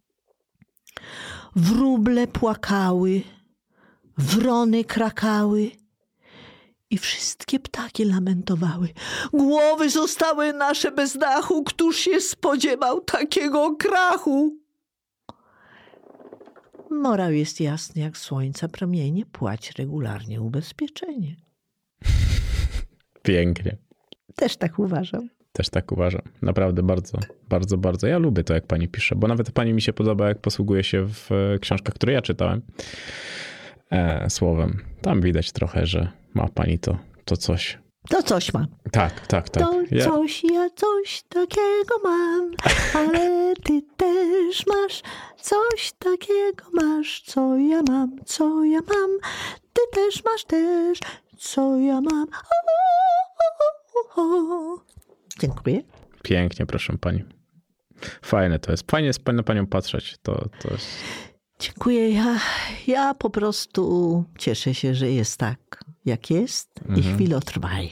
Speaker 4: Wróble płakały, wrony krakały i wszystkie ptaki lamentowały. Głowy zostały nasze bez dachu, któż się spodziewał takiego krachu? morał jest jasny jak słońca promienie, płać regularnie ubezpieczenie.
Speaker 2: Pięknie.
Speaker 4: Też tak uważam.
Speaker 2: Też tak uważam. Naprawdę bardzo, bardzo, bardzo. Ja lubię to, jak pani pisze, bo nawet pani mi się podoba, jak posługuje się w książkach, które ja czytałem e, słowem. Tam widać trochę, że ma pani to, to coś.
Speaker 4: To coś mam.
Speaker 2: Tak, tak, tak.
Speaker 4: To
Speaker 2: Ja...
Speaker 4: coś, ja coś takiego mam, ale ty też masz coś takiego masz, co ja mam, co ja mam. Ty też masz też, co ja mam. O, o, o, o. Dziękuję.
Speaker 2: Pięknie, proszę pani. Fajne to jest. Fajnie jest na panią patrzeć. To, to jest...
Speaker 4: Dziękuję. Ja, ja po prostu cieszę się, że jest tak, jak jest i
Speaker 2: Mhm.
Speaker 4: chwilotrwaj.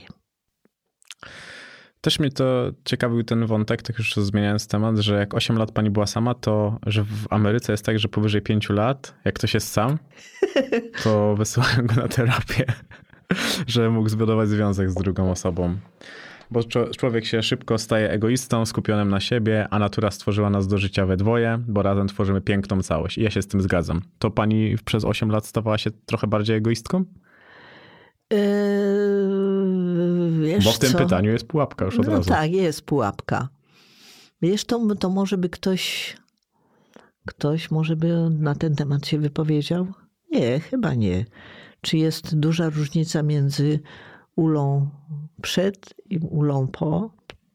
Speaker 2: Też mnie to ciekawił ten wątek, tak już zmieniając temat, że jak osiem lat pani była sama, to że w Ameryce jest tak, że powyżej pięciu lat, jak ktoś jest sam, to wysyłają go na terapię, że mógł zbudować związek z drugą osobą. Bo człowiek się szybko staje egoistą, skupionym na siebie, a natura stworzyła nas do życia we dwoje, bo razem tworzymy piękną całość. I ja się z tym zgadzam. To pani przez osiem lat stawała się trochę bardziej egoistką?
Speaker 4: Yy, wiesz
Speaker 2: Bo w tym
Speaker 4: co?
Speaker 2: pytaniu jest pułapka już od
Speaker 4: No
Speaker 2: razu.
Speaker 4: tak, jest pułapka. Wiesz, to, to może by ktoś, ktoś może by na ten temat się wypowiedział? Nie, chyba nie. Czy jest duża różnica między ulą przed i ulą po?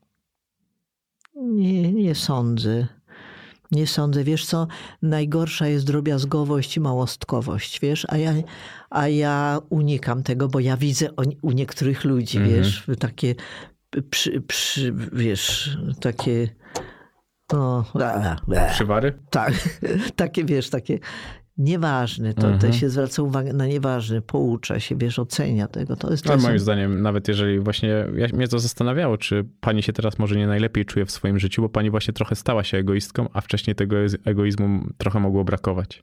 Speaker 4: Nie, nie sądzę. Nie sądzę. Wiesz co, najgorsza jest drobiazgowość i małostkowość, wiesz, a ja, a ja unikam tego, bo ja widzę o, u niektórych ludzi,
Speaker 2: Mhm.
Speaker 4: wiesz, takie, przy, przy, wiesz, takie, no, a, a,
Speaker 2: Przywary?
Speaker 4: tak, takie, wiesz, takie nieważne, to,
Speaker 2: Mhm.
Speaker 4: to się zwraca uwagę na nieważne, poucza się, wiesz, ocenia tego. To jest, to
Speaker 2: Ale
Speaker 4: są-
Speaker 2: moim zdaniem, nawet jeżeli właśnie, ja, mnie to zastanawiało, czy pani się teraz może nie najlepiej czuje w swoim życiu, bo pani właśnie trochę stała się egoistką, a wcześniej tego egoizmu trochę mogło brakować.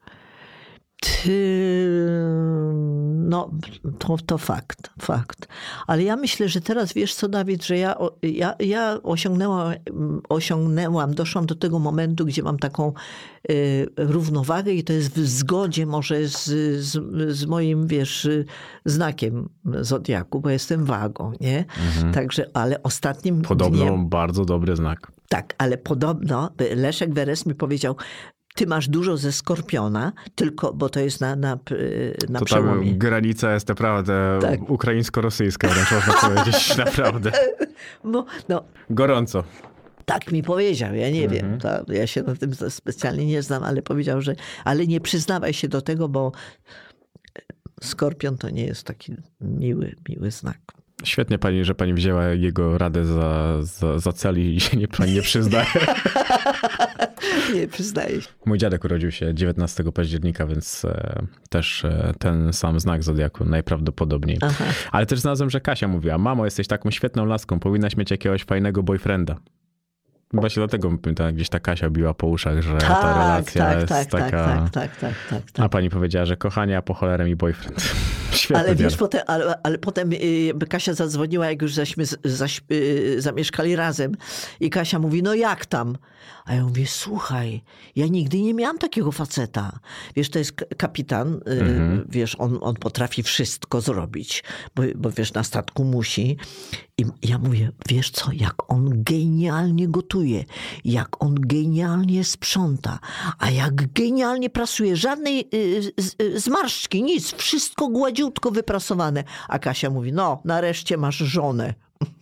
Speaker 4: Ty, no, to, to fakt, fakt. Ale ja myślę, że teraz wiesz co, Dawid, że ja, ja, ja osiągnęłam, osiągnęłam, doszłam do tego momentu, gdzie mam taką y, równowagę i to jest w zgodzie może z, z, z moim, wiesz, znakiem zodiaku, bo jestem wagą, nie? Także, ale ostatnim
Speaker 2: Podobno
Speaker 4: dniem...
Speaker 2: bardzo dobry znak.
Speaker 4: Tak, ale podobno Leszek Weres mi powiedział, ty masz dużo ze Skorpiona, tylko, bo to jest na, na, na
Speaker 2: To
Speaker 4: przełomie.
Speaker 2: tam granica jest naprawdę
Speaker 4: Tak.
Speaker 2: ukraińsko-rosyjska, wręcz można powiedzieć, naprawdę.
Speaker 4: No, no,
Speaker 2: Gorąco.
Speaker 4: tak mi powiedział, ja nie
Speaker 2: Mhm.
Speaker 4: wiem, to, ja się na tym specjalnie nie znam, ale powiedział, że ale nie przyznawaj się do tego, bo Skorpion to nie jest taki miły, miły znak.
Speaker 2: Świetnie pani, że pani wzięła jego radę za, za, za cel i się nie, pani nie przyznaje.
Speaker 4: Nie, przyznaję się.
Speaker 2: Mój dziadek urodził się dziewiętnastego października, więc e, też e, ten sam znak zodiaku najprawdopodobniej.
Speaker 4: Aha.
Speaker 2: Ale też znalazłem, że Kasia mówiła, mamo, jesteś taką świetną laską, powinnaś mieć jakiegoś fajnego boyfrienda. Właśnie dlatego ta, gdzieś ta Kasia biła po uszach, że ta
Speaker 4: Tak,
Speaker 2: relacja
Speaker 4: tak,
Speaker 2: jest
Speaker 4: tak,
Speaker 2: taka...
Speaker 4: tak, tak, tak, tak, tak.
Speaker 2: A pani powiedziała, że kochanie, a po cholerę mi boyfriend. Świetny
Speaker 4: Ale wiesz,
Speaker 2: dialog.
Speaker 4: potem, ale, ale potem y, Kasia zadzwoniła, jak już zaśmy, zaś, y, zamieszkali razem. I Kasia mówi, no jak tam? A ja mówię, słuchaj, ja nigdy nie miałam takiego faceta. Wiesz, to jest k- kapitan, y,
Speaker 2: Mhm.
Speaker 4: wiesz, on, on potrafi wszystko zrobić, bo, bo wiesz, na statku musi. I ja mówię, wiesz co, jak on genialnie gotuje, jak on genialnie sprząta, a jak genialnie prasuje, żadnej y, z, y, zmarszczki, nic, wszystko gładziutko wyprasowane. A Kasia mówi, no, nareszcie masz żonę.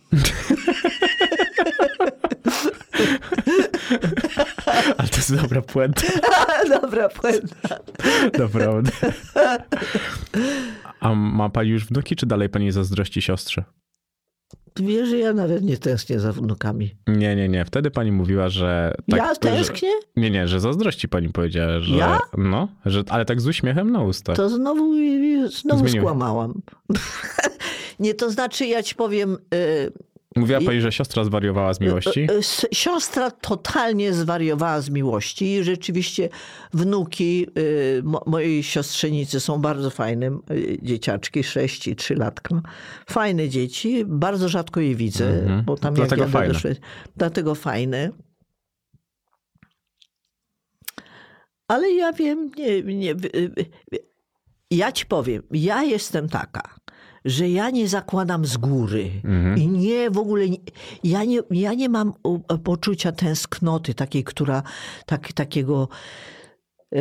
Speaker 2: Ale to jest dobra puenta.
Speaker 4: Dobra, puenta.
Speaker 2: Naprawdę. A ma pani już wnuki, czy dalej pani zazdrości siostrze?
Speaker 4: Wiesz, że ja nawet nie tęsknię za wnukami.
Speaker 2: Nie, nie, nie. Wtedy pani mówiła, że... Tak,
Speaker 4: ja tęsknię?
Speaker 2: Że, nie, nie, że zazdrości pani powiedziała, że...
Speaker 4: Ja?
Speaker 2: No, że, ale tak z uśmiechem na ustach.
Speaker 4: To znowu, znowu
Speaker 2: Zmieniłeś.
Speaker 4: skłamałam. Nie, to znaczy, ja ci powiem... Y,
Speaker 2: Mówiła
Speaker 4: I-
Speaker 2: pani, że siostra zwariowała z miłości?
Speaker 4: S- Siostra totalnie zwariowała z miłości i rzeczywiście wnuki y, mo- mojej siostrzenicy są bardzo fajne y, dzieciaczki, sześć i trzy latka. Fajne dzieci, bardzo rzadko je widzę,
Speaker 2: Mhm.
Speaker 4: bo tam
Speaker 2: Dlatego
Speaker 4: jak jadę
Speaker 2: fajne.
Speaker 4: do Szwecji, dlatego fajne. Ale ja wiem, nie, nie, ja ci powiem, ja jestem taka, że ja nie zakładam z góry mhm. i nie w ogóle, nie, ja, nie, ja nie mam poczucia tęsknoty takiej, która, tak, takiego, e,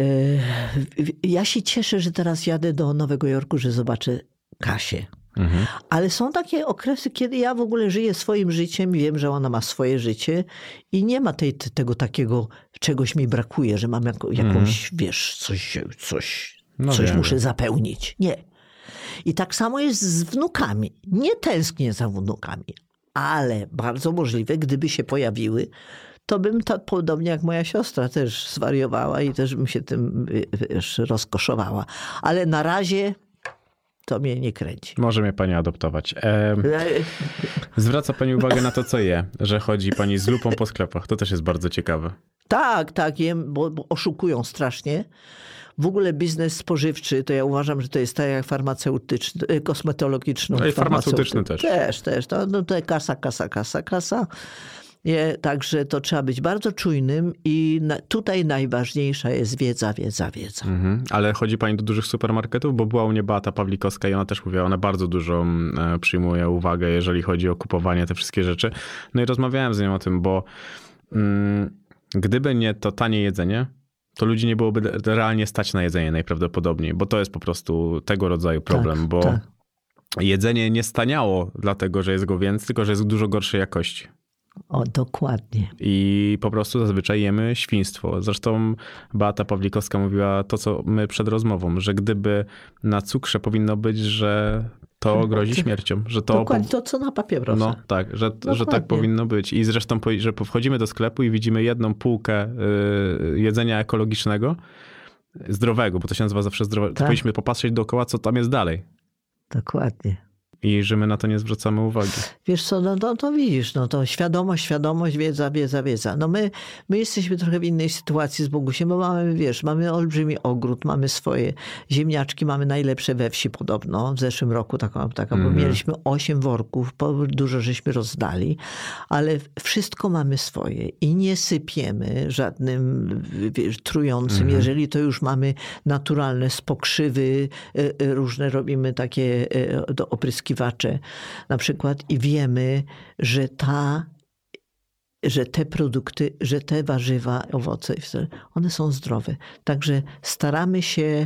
Speaker 4: ja się cieszę, że teraz jadę do Nowego Jorku, że zobaczę Kasię. Mhm. Ale są takie okresy, kiedy ja w ogóle żyję swoim życiem, wiem, że ona ma swoje życie i nie ma tej, tego takiego, czegoś mi brakuje, że mam jako, jakąś, mhm. wiesz, coś, coś, no coś muszę zapełnić. Nie. I tak samo jest z wnukami. Nie tęsknię za wnukami, ale bardzo możliwe, gdyby się pojawiły, to bym to, podobnie jak moja siostra też zwariowała i też bym się tym, wiesz, rozkoszowała. Ale na razie to mnie nie kręci.
Speaker 2: Może mnie pani adoptować. E, zwraca pani uwagę na to, co je, że chodzi pani z lupą po sklepach. To też jest bardzo ciekawe.
Speaker 4: Tak, tak, jem, bo, bo oszukują strasznie. W ogóle biznes spożywczy, to ja uważam, że to jest tak jak farmaceutyczny, kosmetologiczny.
Speaker 2: No i farmaceutyczny też.
Speaker 4: Też, też. To, no to kasa, kasa, kasa, kasa. Nie, także to trzeba być bardzo czujnym i na, tutaj najważniejsza jest wiedza, wiedza, wiedza.
Speaker 2: Mhm. Ale chodzi pani do dużych supermarketów? Bo była u mnie Beata Pawlikowska i ona też mówiła, ona bardzo dużo e, przyjmuje uwagę, jeżeli chodzi o kupowanie te wszystkie rzeczy. No i rozmawiałem z nią o tym, bo mm, gdyby nie to tanie jedzenie, to ludzi nie byłoby realnie stać na jedzenie najprawdopodobniej, bo to jest po prostu tego rodzaju problem, tak, bo tak. jedzenie nie staniało dlatego, że jest go więcej, tylko że jest dużo gorszej jakości.
Speaker 4: O, dokładnie.
Speaker 2: I po prostu zazwyczaj jemy świństwo. Zresztą Beata Pawlikowska mówiła to, co my przed rozmową, że gdyby na cukrze powinno być, że to grozi śmiercią. Że to
Speaker 4: dokładnie to, co na papierze.
Speaker 2: No tak, że, że tak powinno być. I zresztą, że wchodzimy do sklepu i widzimy jedną półkę jedzenia ekologicznego, zdrowego, bo to się nazywa zawsze zdrowe. Tak. Powinniśmy popatrzeć dookoła, co tam jest dalej.
Speaker 4: Dokładnie.
Speaker 2: I że my na to nie zwracamy uwagi.
Speaker 4: Wiesz co, no to, to widzisz, no to świadomość, świadomość, wiedza, wiedza, wiedza. No my, my jesteśmy trochę w innej sytuacji z Bogusiem, bo mamy, wiesz, mamy olbrzymi ogród, mamy swoje ziemniaczki, mamy najlepsze we wsi podobno. W zeszłym roku taką, taką mm. bo mieliśmy osiem worków, dużo żeśmy rozdali, ale wszystko mamy swoje i nie sypiemy żadnym, wiesz, trującym. Mm. Jeżeli to już mamy naturalne spokrzywy, różne robimy takie do opryski na przykład i wiemy, że ta, że te produkty, że te warzywa, owoce, one są zdrowe. Także staramy się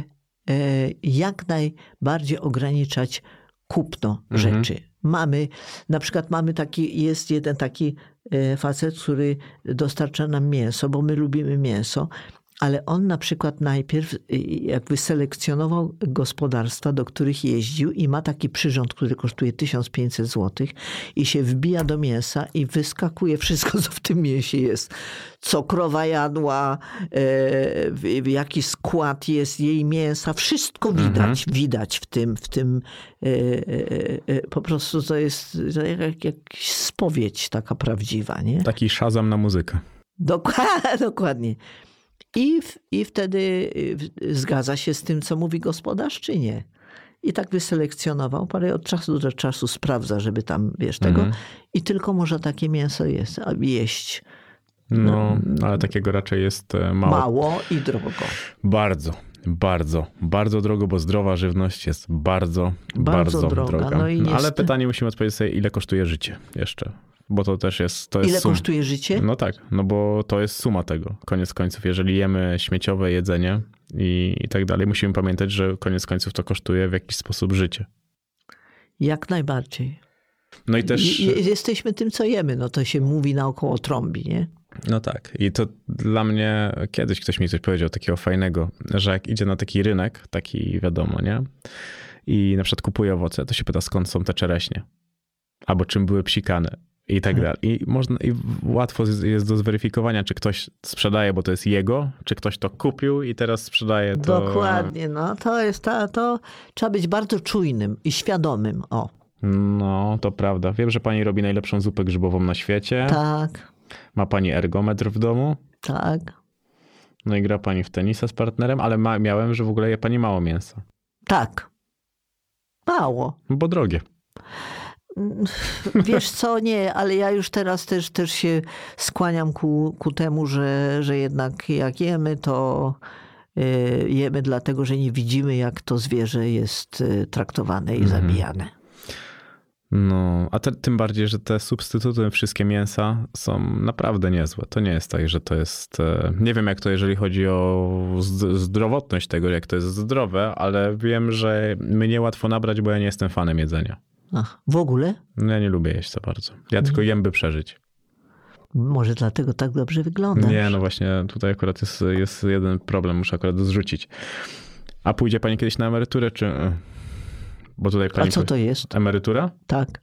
Speaker 4: jak najbardziej ograniczać kupno mhm. rzeczy. Mamy, na przykład mamy taki, jest jeden taki facet, który dostarcza nam mięso, bo my lubimy mięso. Ale on na przykład najpierw jakby selekcjonował gospodarstwa, do których jeździł i ma taki przyrząd, który kosztuje tysiąc pięćset złotych i się wbija do mięsa i wyskakuje wszystko, co w tym mięsie jest. Co krowa jadła, e, jaki skład jest jej mięsa, wszystko widać, mhm. widać w tym, w tym e, e, po prostu to jest jak, jakaś spowiedź taka prawdziwa, nie?
Speaker 2: Taki Shazam na muzykę.
Speaker 4: Dokładnie, dokładnie. I, I wtedy zgadza się z tym, co mówi gospodarz, czy nie. I tak wyselekcjonował, parę od czasu do czasu sprawdza, żeby tam, wiesz, tego. Mhm. I tylko może takie mięso jest, jeść.
Speaker 2: No, no, ale takiego raczej jest mało.
Speaker 4: Mało i drogo.
Speaker 2: Bardzo, bardzo, bardzo drogo, bo zdrowa żywność jest bardzo, bardzo, bardzo droga. droga. No i no, ale pytanie musimy odpowiedzieć sobie, ile kosztuje życie jeszcze. Bo to też jest... To jest
Speaker 4: Ile
Speaker 2: sum...
Speaker 4: kosztuje życie?
Speaker 2: No tak, no bo to jest suma tego. Koniec końców, jeżeli jemy śmieciowe jedzenie i, i tak dalej, musimy pamiętać, że koniec końców to kosztuje w jakiś sposób życie.
Speaker 4: Jak najbardziej.
Speaker 2: No i też...
Speaker 4: I, jesteśmy tym, co jemy. No to się mówi naokoło trąbi, nie?
Speaker 2: No tak. I to dla mnie... Kiedyś ktoś mi coś powiedział takiego fajnego, że jak idzie na taki rynek, taki wiadomo, nie? I na przykład kupuje owoce, to się pyta, skąd są te czereśnie. Albo czym były psikane. I tak dalej. I można, i łatwo jest do zweryfikowania, czy ktoś sprzedaje, bo to jest jego, czy ktoś to kupił i teraz sprzedaje to.
Speaker 4: Dokładnie, no to jest ta, to trzeba być bardzo czujnym i świadomym, o.
Speaker 2: No, to prawda. Wiem, że pani robi najlepszą zupę grzybową na świecie.
Speaker 4: Tak.
Speaker 2: Ma pani ergometr w domu.
Speaker 4: Tak.
Speaker 2: No i gra pani w tenisa z partnerem, ale ma, miałem, że w ogóle je pani mało mięsa.
Speaker 4: Tak. Mało.
Speaker 2: Bo drogie.
Speaker 4: Wiesz co, nie, ale ja już teraz też, też się skłaniam ku, ku temu, że, że jednak jak jemy, to jemy dlatego, że nie widzimy, jak to zwierzę jest traktowane i
Speaker 2: Mhm.
Speaker 4: zabijane.
Speaker 2: No, a te, tym bardziej, że te substytuty, wszystkie mięsa są naprawdę niezłe. To nie jest tak, że to jest... Nie wiem, jak to, jeżeli chodzi o zdrowotność tego, jak to jest zdrowe, ale wiem, że mnie łatwo nabrać, bo ja nie jestem fanem jedzenia.
Speaker 4: Ach, w ogóle?
Speaker 2: No, ja nie lubię jeść za bardzo. Ja tylko jem, by przeżyć.
Speaker 4: Może dlatego tak dobrze wyglądasz.
Speaker 2: Nie, no właśnie tutaj akurat jest, jest jeden problem, muszę akurat zrzucić. A pójdzie pani kiedyś na emeryturę, czy... Bo tutaj pani
Speaker 4: A co to jest?
Speaker 2: Emerytura?
Speaker 4: Tak.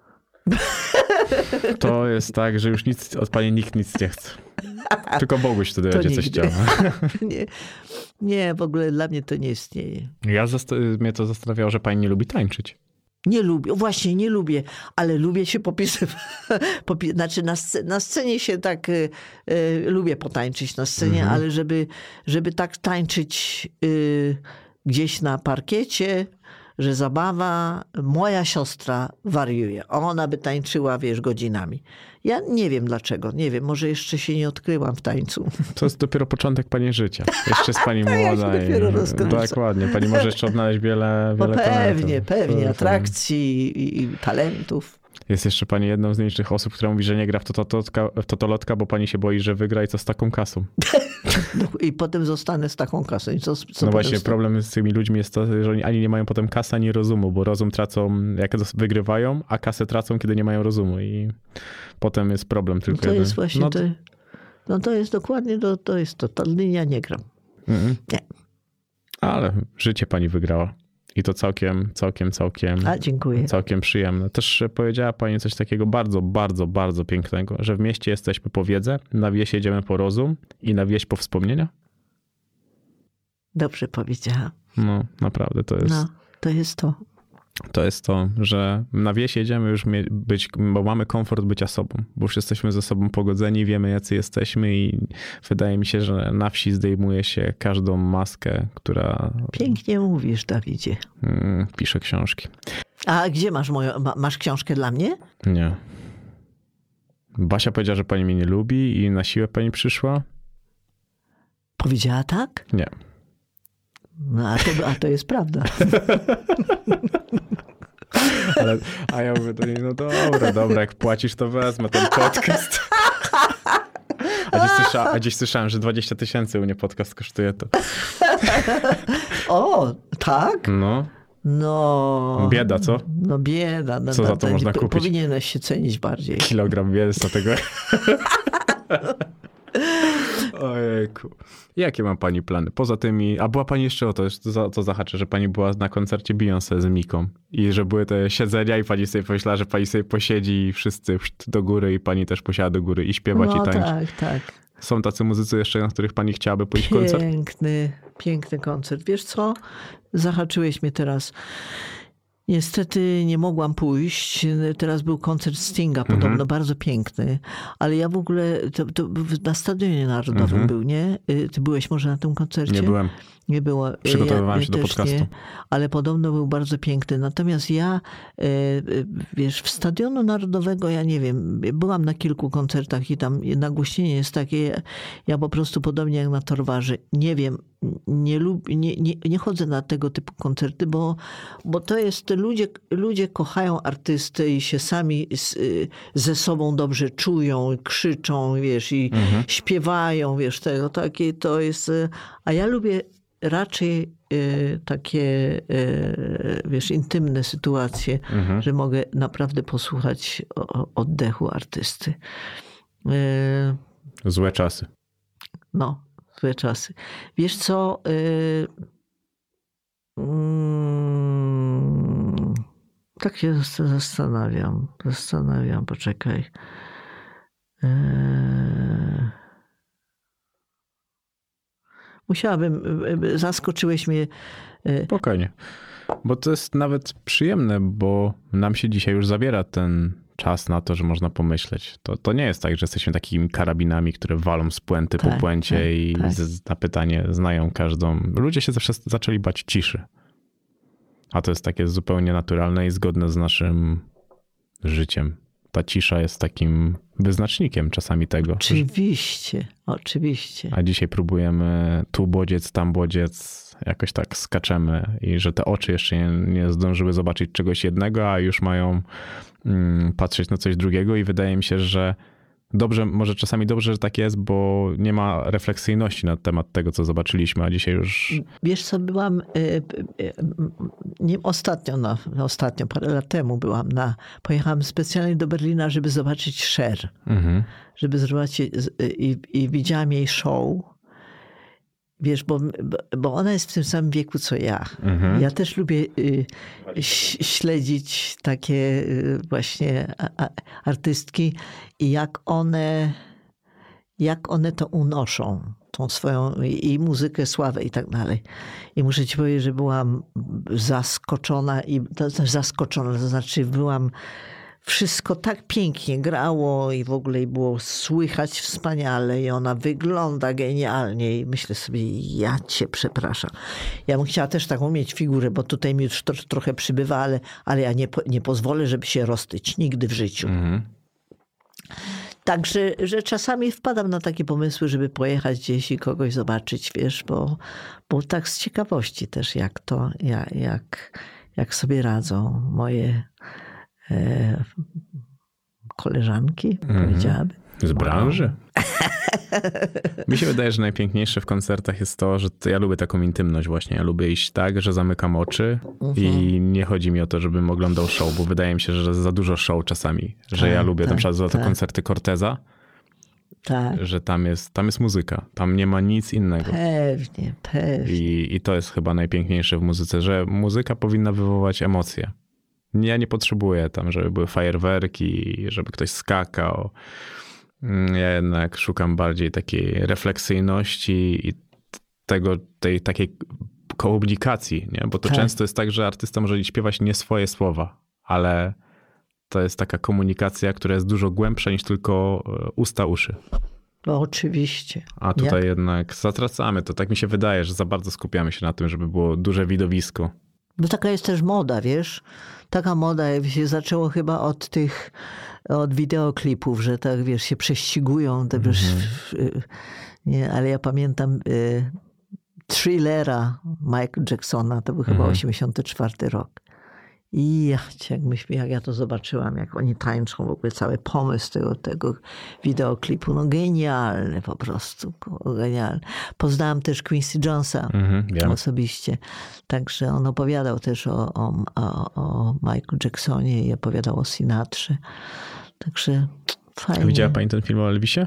Speaker 2: To jest tak, że już nic od pani nikt nic nie chce. Tylko Boguś wtedy
Speaker 4: To
Speaker 2: będzie coś
Speaker 4: nigdy.
Speaker 2: chciał.
Speaker 4: nie, nie, w ogóle dla mnie to nie istnieje.
Speaker 2: Ja zast- mnie to zastanawiało, że pani nie lubi tańczyć.
Speaker 4: Nie lubię, właśnie nie lubię, ale lubię się popisywać. Popi- znaczy na, sc- na scenie się tak y, y, lubię potańczyć na scenie,
Speaker 2: Mhm.
Speaker 4: ale żeby, żeby tak tańczyć y, gdzieś na parkiecie, że zabawa, moja siostra wariuje. Ona by tańczyła, wiesz, godzinami. Ja nie wiem dlaczego, nie wiem, może jeszcze się nie odkryłam w tańcu.
Speaker 2: To jest dopiero początek pani życia. Jeszcze jest pani
Speaker 4: ja się
Speaker 2: młoda.
Speaker 4: dopiero
Speaker 2: i,
Speaker 4: rozkręcam.
Speaker 2: dokładnie. Pani może jeszcze odnaleźć wiele,
Speaker 4: Bo
Speaker 2: wiele
Speaker 4: pewnie,
Speaker 2: talentów.
Speaker 4: pewnie,
Speaker 2: To-
Speaker 4: atrakcji i, i talentów.
Speaker 2: Jest jeszcze pani jedną z nielicznych osób, która mówi, że nie gra w totolotka, w totolotka, bo pani się boi, że wygra i co z taką kasą.
Speaker 4: No, I potem zostanę z taką kasą. I co, co
Speaker 2: No
Speaker 4: potem
Speaker 2: właśnie,
Speaker 4: z tym?
Speaker 2: problem z tymi ludźmi jest to, że oni ani nie mają potem kasy, ani rozumu, bo rozum tracą, jak wygrywają, a kasę tracą, kiedy nie mają rozumu i potem jest problem
Speaker 4: No
Speaker 2: tylko
Speaker 4: to
Speaker 2: jeden.
Speaker 4: jest właśnie,
Speaker 2: No,
Speaker 4: to, no to jest dokładnie, to, to jest to. to ja nie gram.
Speaker 2: mm,
Speaker 4: Nie.
Speaker 2: ale życie pani wygrała. I to całkiem, całkiem, całkiem,
Speaker 4: A, dziękuję.
Speaker 2: całkiem przyjemne. Też powiedziała pani coś takiego bardzo, bardzo, bardzo pięknego, że w mieście jesteśmy po wiedzę, na wieś jedziemy po rozum i na wieś po wspomnienia.
Speaker 4: Dobrze powiedziała.
Speaker 2: No, naprawdę to jest...
Speaker 4: No, to jest to.
Speaker 2: To jest to, że na wieś jedziemy już mie- być, bo mamy komfort bycia sobą, bo już jesteśmy ze sobą pogodzeni, wiemy jacy jesteśmy i wydaje mi się, że na wsi zdejmuje się każdą maskę, która
Speaker 4: Pięknie mówisz, Dawidzie.
Speaker 2: mm, pisze książki.
Speaker 4: A gdzie masz moją, ma, masz książkę dla mnie?
Speaker 2: Nie. Basia powiedziała, że pani mnie nie lubi i na siłę pani przyszła?
Speaker 4: Powiedziała tak?
Speaker 2: Nie.
Speaker 4: No, a, to, a to jest prawda.
Speaker 2: Ale, a ja mówię do niej, no dobra, dobra, jak płacisz, to wezmę ten podcast. A gdzieś, słysza, a gdzieś słyszałem, że dwadzieścia tysięcy u mnie podcast kosztuje to.
Speaker 4: O, tak?
Speaker 2: No,
Speaker 4: No.
Speaker 2: bieda, co?
Speaker 4: No bieda. No,
Speaker 2: Co za
Speaker 4: no,
Speaker 2: to można
Speaker 4: p-
Speaker 2: kupić?
Speaker 4: Powinieneś się cenić bardziej.
Speaker 2: Kilogram mięsa tego. Ojejku. Jakie ma pani plany? Poza tymi... A była pani jeszcze o to, to, za- to zahaczę, że pani była na koncercie Beyoncé z Miką i że były te siedzenia i pani sobie pomyślała, że pani sobie posiedzi i wszyscy pszt do góry i pani też posiada do góry i śpiewać
Speaker 4: No
Speaker 2: i tańczyć.
Speaker 4: tak, tak.
Speaker 2: Są tacy muzycy jeszcze, na których pani chciałaby pójść koncert?
Speaker 4: Piękny, piękny koncert. Wiesz co? Zahaczyłeś mnie teraz. Niestety nie mogłam pójść. Teraz był koncert Stinga, podobno
Speaker 2: Mhm.
Speaker 4: bardzo piękny. Ale ja w ogóle, to, to na Stadionie Narodowym
Speaker 2: Mhm.
Speaker 4: był, nie? Ty byłeś może na tym koncercie?
Speaker 2: Nie byłem.
Speaker 4: Nie było.
Speaker 2: Przygotowywałem
Speaker 4: ja,
Speaker 2: się do
Speaker 4: też
Speaker 2: podcastu.
Speaker 4: Nie, ale podobno był bardzo piękny. Natomiast ja, e, e, wiesz, w Stadionu Narodowego, ja nie wiem, byłam na kilku koncertach i tam nagłośnienie jest takie, ja po prostu podobnie jak na Torwarze, nie wiem, nie, lub, nie, nie, nie chodzę na tego typu koncerty, bo, bo to jest, ludzie, ludzie kochają artystę i się sami z, ze sobą dobrze czują, krzyczą, wiesz, i
Speaker 2: Mhm.
Speaker 4: śpiewają, wiesz, tego, takie to jest, a ja lubię raczej y, takie, y, wiesz, intymne sytuacje,
Speaker 2: Mhm.
Speaker 4: że mogę naprawdę posłuchać o, oddechu artysty. Y,
Speaker 2: Złe czasy.
Speaker 4: no, złe czasy. Wiesz co? Y, mm, tak się zas- zastanawiam. Zastanawiam, poczekaj. Y, musiałabym, y, y, zaskoczyłeś mnie. y,
Speaker 2: Spokojnie. Bo to jest nawet przyjemne, bo nam się dzisiaj już zabiera ten czas na to, że można pomyśleć. To, to nie jest tak, że jesteśmy takimi karabinami, które walą z puenty po
Speaker 4: Tak,
Speaker 2: puencie
Speaker 4: tak,
Speaker 2: i
Speaker 4: tak.
Speaker 2: z, na pytanie znają każdą. Ludzie się zawsze zaczęli bać ciszy. A to jest takie zupełnie naturalne i zgodne z naszym życiem. ta cisza jest takim wyznacznikiem czasami tego.
Speaker 4: Oczywiście, oczywiście.
Speaker 2: A dzisiaj próbujemy tu bodziec, tam bodziec, jakoś tak skaczemy i że te oczy jeszcze nie, nie zdążyły zobaczyć czegoś jednego, a już mają mm, patrzeć na coś drugiego i wydaje mi się, że dobrze, może czasami dobrze, że tak jest, bo nie ma refleksyjności na temat tego, co zobaczyliśmy, a dzisiaj już...
Speaker 4: Wiesz co, byłam y, y, nie, ostatnio, no, ostatnio, parę lat temu byłam na, pojechałam specjalnie do Berlina, żeby zobaczyć Cher, mhm. żeby zobaczyć i, i, i widziałam jej show. Wiesz, bo, bo ona jest w tym samym wieku, co ja. Mhm. Ja też lubię y, śledzić takie y, właśnie a, a, artystki i jak one, jak one to unoszą, tą swoją i, i muzykę, sławę i tak dalej. I muszę ci powiedzieć, że byłam zaskoczona i to znaczy zaskoczona, to znaczy byłam wszystko tak pięknie grało i w ogóle było słychać wspaniale i ona wygląda genialnie i myślę sobie, ja cię przepraszam. Ja bym chciała też taką mieć figurę, bo tutaj mi już to, trochę przybywa, ale, ale ja nie, nie pozwolę, żeby się roztyć nigdy w życiu. Mhm. Także, że czasami wpadam na takie pomysły, żeby pojechać gdzieś i kogoś zobaczyć, wiesz, bo, bo tak z ciekawości też, jak to, jak, jak, jak sobie radzą moje e, koleżanki, mm-hmm. powiedziałabym.
Speaker 2: Z branży? Mi się wydaje, że najpiękniejsze w koncertach jest to, że to ja lubię taką intymność właśnie. Ja lubię iść tak, że zamykam oczy uh-huh. i nie chodzi mi o to, żebym oglądał show, bo wydaje mi się, że za dużo show czasami. Że tak, ja lubię tak, na przykład za te tak. koncerty Corteza, tak. że tam jest, tam jest muzyka. Tam nie ma nic innego.
Speaker 4: Pewnie, pewnie.
Speaker 2: I, I to jest chyba najpiękniejsze w muzyce, że muzyka powinna wywoływać emocje. Ja nie potrzebuję tam, żeby były fajerwerki, żeby ktoś skakał. Ja jednak szukam bardziej takiej refleksyjności i tego, tej takiej komunikacji, nie? Bo to tak. często jest tak, że artysta może śpiewać nie swoje słowa, ale to jest taka komunikacja, która jest dużo głębsza niż tylko usta, uszy.
Speaker 4: No oczywiście.
Speaker 2: A tutaj
Speaker 4: Jak?
Speaker 2: jednak zatracamy to. Tak mi się wydaje, że za bardzo skupiamy się na tym, żeby było duże widowisko.
Speaker 4: Bo taka jest też moda, wiesz? Taka moda się zaczęło chyba od tych, od wideoklipów, że tak, wiesz, się prześcigują. Te, wiesz, mm-hmm. nie, ale ja pamiętam y, Thrillera Michael Jacksona, to był chyba mm-hmm. osiemdziesiąty czwarty rok. I ja, jak, myśmy, jak ja to zobaczyłam, jak oni tańczą, w ogóle cały pomysł tego, tego wideoklipu, no genialny po prostu, genialny. Poznałam też Quincy Jonesa mm-hmm, osobiście, także on opowiadał też o, o, o, o Michael Jacksonie i opowiadał o Sinatrze, także fajnie.
Speaker 2: A widziała pani ten film o Elvisie?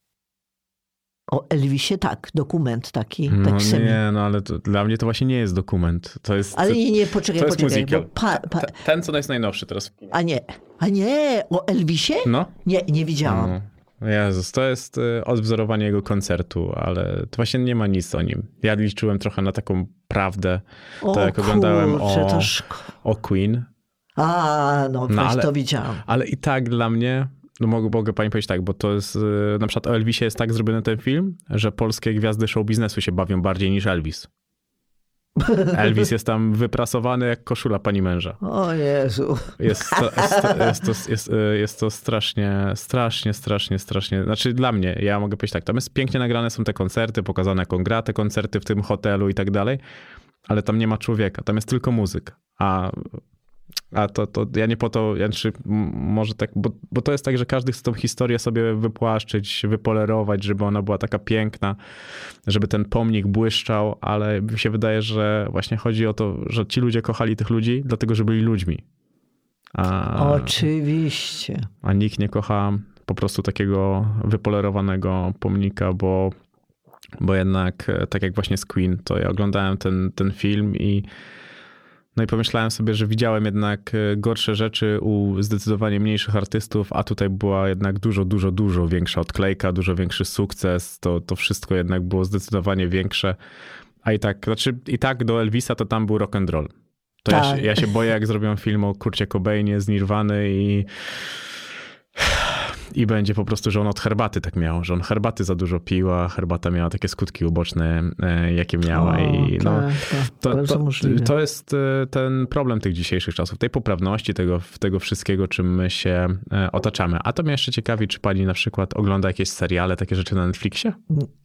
Speaker 4: O Elvisie tak, dokument taki.
Speaker 2: No
Speaker 4: taki semi.
Speaker 2: Nie, no ale to, dla mnie to właśnie nie jest dokument. To jest,
Speaker 4: ale nie, nie, poczekaj,
Speaker 2: to jest
Speaker 4: poczekaj.
Speaker 2: musical.
Speaker 4: Bo pa, pa...
Speaker 2: Ten, ten, co jest najnowszy teraz w kinie.
Speaker 4: A nie, a nie, o Elvisie?
Speaker 2: No.
Speaker 4: Nie, nie widziałam.
Speaker 2: No. Jezus, to jest odwzorowanie jego koncertu, ale to właśnie nie ma nic o nim. Ja liczyłem trochę na taką prawdę,
Speaker 4: o,
Speaker 2: to jak kurczę, oglądałem o,
Speaker 4: to szko...
Speaker 2: o Queen.
Speaker 4: A, no, no ale, to widziałam.
Speaker 2: Ale i tak dla mnie... No mogę, mogę pani powiedzieć tak, bo to jest, na przykład o Elvisie jest tak zrobiony ten film, że polskie gwiazdy show biznesu się bawią bardziej niż Elvis. Elvis jest tam wyprasowany jak koszula pani męża.
Speaker 4: O Jezu.
Speaker 2: Jest to, jest, to, jest, to, jest, jest to strasznie, strasznie, strasznie, strasznie, znaczy dla mnie, ja mogę powiedzieć tak, tam jest pięknie nagrane, są te koncerty, pokazane jak on gra te koncerty w tym hotelu i tak dalej, ale tam nie ma człowieka, tam jest tylko muzyka, a... A to, to ja nie po to, ja, czy może tak, bo, bo to jest tak, że każdy chce tą historię sobie wypłaszczyć, wypolerować, żeby ona była taka piękna, żeby ten pomnik błyszczał, ale mi się wydaje, że właśnie chodzi o to, że ci ludzie kochali tych ludzi, dlatego, że byli ludźmi. A,
Speaker 4: Oczywiście.
Speaker 2: A nikt nie kocha po prostu takiego wypolerowanego pomnika, bo, bo jednak, tak jak właśnie z Queen, to ja oglądałem ten, ten film i No i pomyślałem sobie, że widziałem jednak gorsze rzeczy u zdecydowanie mniejszych artystów, a tutaj była jednak dużo, dużo, dużo większa odklejka, dużo większy sukces. To, to wszystko jednak było zdecydowanie większe. A i tak, znaczy i tak do Elvisa to tam był rock and roll. To tak. ja, się, ja się boję, jak zrobią film o Kurcie Cobainie z Nirwany i I będzie po prostu, że on od herbaty tak miał, że on herbaty za dużo pił, a herbata miała takie skutki uboczne, jakie miała.
Speaker 4: O,
Speaker 2: I no,
Speaker 4: tak, tak,
Speaker 2: to, to, to jest ten problem tych dzisiejszych czasów, tej poprawności, tego, tego wszystkiego, czym my się otaczamy. A to mnie jeszcze ciekawi, czy pani na przykład ogląda jakieś seriale, takie rzeczy na Netflixie?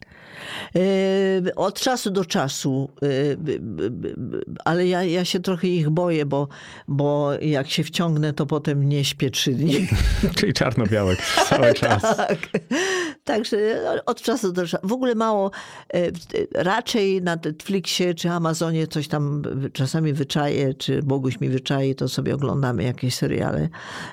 Speaker 4: Od czasu do czasu, ale ja, ja się trochę ich boję, bo, bo jak się wciągnę, to potem nie śpię trzy dni.
Speaker 2: Czyli czarno-białek cały czas.
Speaker 4: Tak. Także od czasu do czasu. W ogóle mało, raczej na Netflixie czy Amazonie coś tam czasami wyczaję, czy Boguś mi wyczai, to sobie oglądamy jakieś seriale.